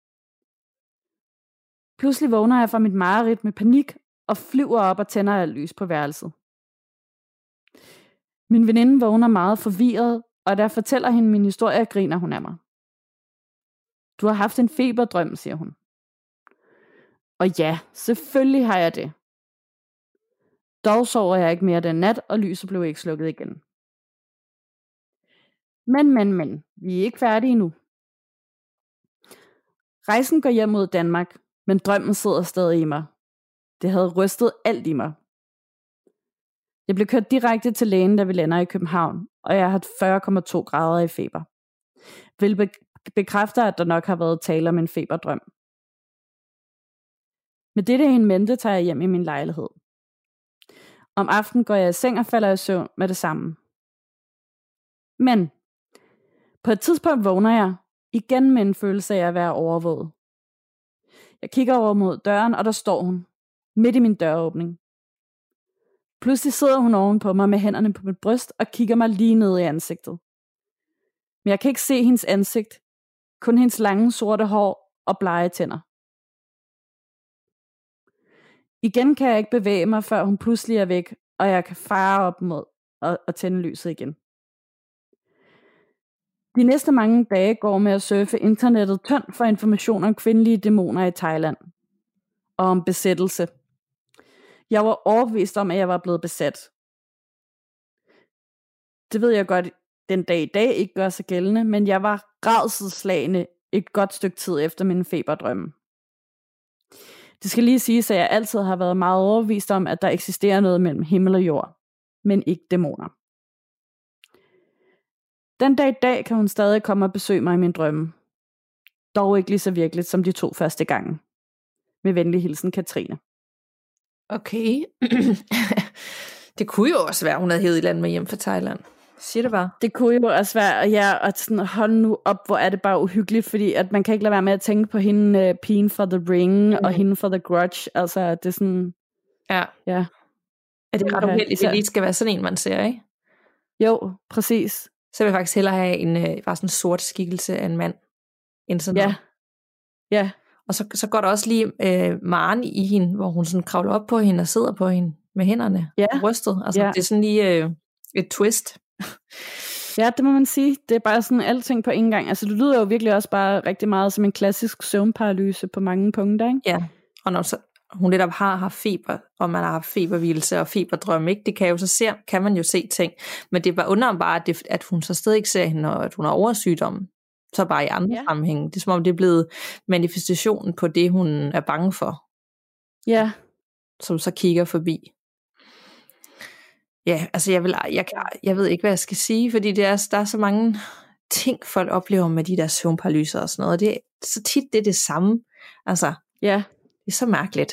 Pludselig vågner jeg fra mit mareridt med panik og flyver op og tænder alt lys på værelset. Min veninde vågner meget forvirret, og da jeg fortæller hende min historie, griner hun af mig. Du har haft en feberdrøm, siger hun. Og ja, selvfølgelig har jeg det. Dog sover jeg ikke mere den nat, og lyset blev ikke slukket igen. Men, vi er ikke færdige endnu. Rejsen går hjem mod Danmark, men drømmen sidder stadig i mig. Det havde rystet alt i mig. Jeg blev kørt direkte til lægen, da vi lander i København, og jeg har 40,2 grader i feber. Vil bekræfter, at der nok har været tale om en feberdrøm. Med dette en mente tager jeg hjem i min lejlighed. Om aftenen går jeg i seng og falder i søvn med det samme. Men på et tidspunkt vågner jeg igen med en følelse af at være overvåget. Jeg kigger over mod døren, og der står hun, midt i min døråbning. Pludselig sidder hun ovenpå mig med hænderne på mit bryst og kigger mig lige ned i ansigtet. Men jeg kan ikke se hendes ansigt, kun hendes lange sorte hår og blege tænder. Igen kan jeg ikke bevæge mig, før hun pludselig er væk, og jeg kan fare op mod og tænde lyset igen. De næste mange dage går med at surfe internettet tyndt for information om kvindelige dæmoner i Thailand. Og om besættelse. Jeg var overbevist om, at jeg var blevet besat. Det ved jeg godt, den dag i dag ikke gør sig gældende, men jeg var rædselsslagne et godt stykke tid efter mine feberdrømme. Det skal lige siges, at jeg altid har været meget overbevist om, at der eksisterer noget mellem himmel og jord, men ikke dæmoner. Den dag i dag kan hun stadig komme og besøge mig i min drømme. Dog ikke lige så virkeligt som de 2 første gange. Med venlig hilsen, Katrine. Okay. Det kunne jo også være, hun havde hævet et land med hjem fra Thailand. Siger det bare. Det kunne jo også være, ja, og sådan, hold nu op, hvor er det bare uhyggeligt, fordi at man kan ikke lade være med at tænke på hende, pigen fra The Ring, og hende fra The Grudge. Altså, det er sådan... Ja. Er det ret uheldigt, at det lige skal være sådan en, man ser, ikke? Jo, præcis. Så vil jeg faktisk hellere have en bare sådan en sort skikkelse af en mand, end sådan noget. Ja. Og så går der også lige Maren i hende, hvor hun sådan kravler op på hende og sidder på hende med hænderne på brystet. Altså det er sådan lige et twist. Ja, det må man sige. Det er bare sådan alting på en gang. Altså det lyder jo virkelig også bare rigtig meget som en klassisk søvnparalyse på mange punkter, ikke? Ja, og når så hun netop har haft feber, og man har haft feberhvilelse og feberdrømme, ikke? Det kan man jo se ting. Men det er bare undrer bare, at hun så stadig ikke ser hende, og at hun har oversygdom. Så bare i andre sammenhænge. Det er som om det er blevet manifestationen på det, hun er bange for. Ja. Som så kigger forbi. Ja, altså jeg ved ikke, hvad jeg skal sige, fordi der er så mange ting, folk oplever med de der søvnparalyser og sådan noget, og det er så tit det samme. Altså, det er så mærkeligt.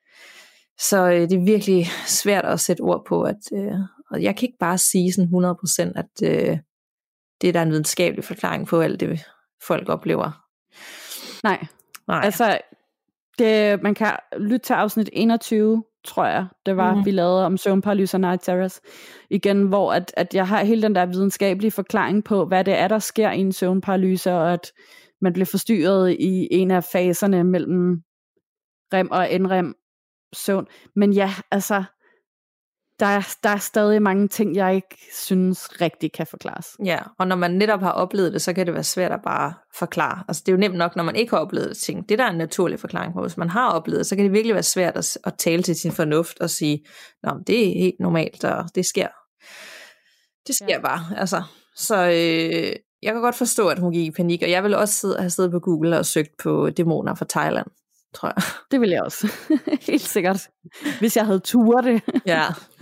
Så det er virkelig svært at sætte ord på, at og jeg kan ikke bare sige sådan 100%, at det er der en videnskabelig forklaring på alt det, folk oplever. Nej. Altså, man kan lytte til afsnit 21, tror jeg, det var, vi lavede om søvnparalyse og night terrors. Igen, hvor at jeg har hele den der videnskabelige forklaring på, hvad det er, der sker i en søvnparalyse, og at man bliver forstyrret i en af faserne mellem REM og NREM søvn. Men ja, altså, der er stadig mange ting, jeg ikke synes rigtig kan forklares. Ja, og når man netop har oplevet det, så kan det være svært at bare forklare. Altså det er jo nemt nok, når man ikke har oplevet ting. Det der er en naturlig forklaring på. Hvis man har oplevet det, så kan det virkelig være svært at tale til sin fornuft og sige, nå, det er helt normalt, og det sker. Det sker bare, altså. Så jeg kan godt forstå, at hun gik i panik, og jeg vil også have siddet på Google og søgt på dæmoner fra Thailand, tror jeg. Det vil jeg også. Helt sikkert. Hvis jeg havde turet det. Ja.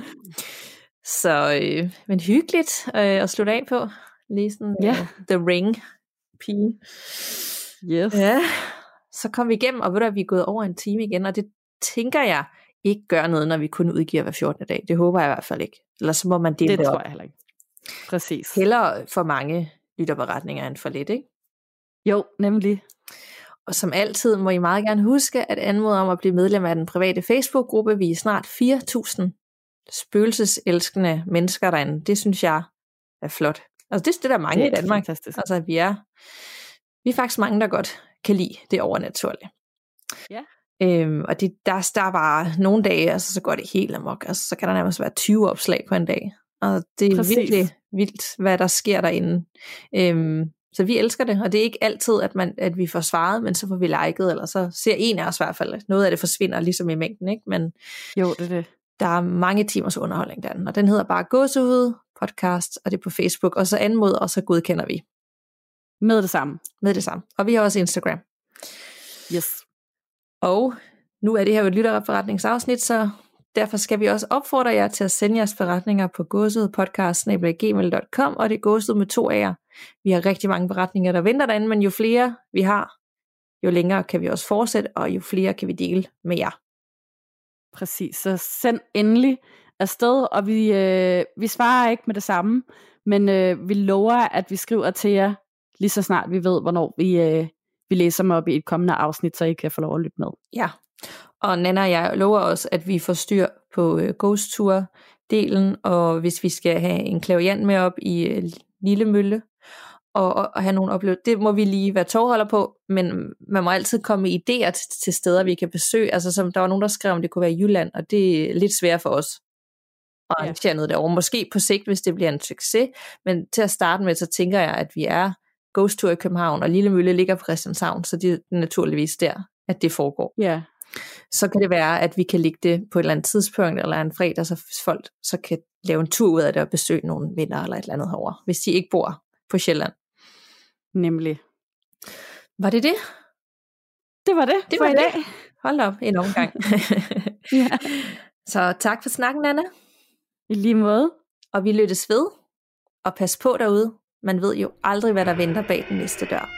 Så, men hyggeligt at slutte af på. Lige sådan The Ring pige. Yes. Ja. Så kom vi igennem, og ved du, at vi er gået over en time igen, og det tænker jeg ikke gør noget, når vi kun udgiver hver 14. dag. Det håber jeg i hvert fald ikke. Eller så må man dele det op. Det tror jeg heller ikke. Præcis. Hellere for mange lytterberetninger end for lidt, ikke? Jo, nemlig. Og som altid må I meget gerne huske at anmode om at blive medlem af den private Facebook-gruppe. Vi er snart 4.000 spøgelseselskende mennesker derinde. Det synes jeg er flot. Altså det er der mange i Danmark. Fantastisk. Altså vi er faktisk mange, der godt kan lide det overnaturlige. Ja. Og der er bare nogle dage, altså så går det helt amok. Altså så kan der nærmest være 20 opslag på en dag. Og det er virkelig vildt, hvad der sker derinde. Så vi elsker det, og det er ikke altid, at vi får svaret, men så får vi liket, eller så ser en af os i hvert fald. Noget af det forsvinder ligesom i mængden, ikke? Men jo, det er det. Der er mange timers underholdning derinde, og den hedder bare Gåsehud Podcast, og det er på Facebook, og så anmod, og så godkender vi. Med det samme. Med det samme. Og vi har også Instagram. Yes. Og nu er det her jo et lytterforretningsafsnit, så derfor skal vi også opfordre jer til at sende jeres forretninger på gåsehudpodcast@gmail.com, og det er gåsehud med 2 A'er. Vi har rigtig mange beretninger, der venter derinde, men jo flere vi har, jo længere kan vi også fortsætte, og jo flere kan vi dele med jer. Præcis, så send endelig. afsted, og vi svarer ikke med det samme, men vi lover, at vi skriver til jer, lige så snart vi ved, hvornår vi læser dem op i et kommende afsnit, så I kan få lov at lytte med. Ja, og Nanna og jeg lover også, at vi får styr på Ghost Tour-delen, og hvis vi skal have en klaviant med op i Lille Mølle, og have nogle oplevelser, det må vi lige være tovholder på, men man må altid komme med idéer til steder, vi kan besøge. Altså, som der var nogen, der skrev, om det kunne være i Jylland, og det er lidt svært for os at arrangere noget derovre. Måske på sigt, hvis det bliver en succes, men til at starte med, så tænker jeg, at vi er Ghost Tour i København, og Lille Mølle ligger på Christianshavn, så det er naturligvis der, at det foregår. Ja. Så kan det være, at vi kan lægge det på et eller andet tidspunkt, eller en fredag, så folk så kan lave en tur ud af det og besøge nogle venner eller et eller andet herovre, hvis de ikke bor på Sjælland. Nemlig. Var det det? Det var det. Det var i det. dag. Hold op, en omgang. Ja. Så tak for snakken, Anna. I lige måde. Og vi lyttes ved. Og pas på derude. Man ved jo aldrig, hvad der venter bag den næste dør.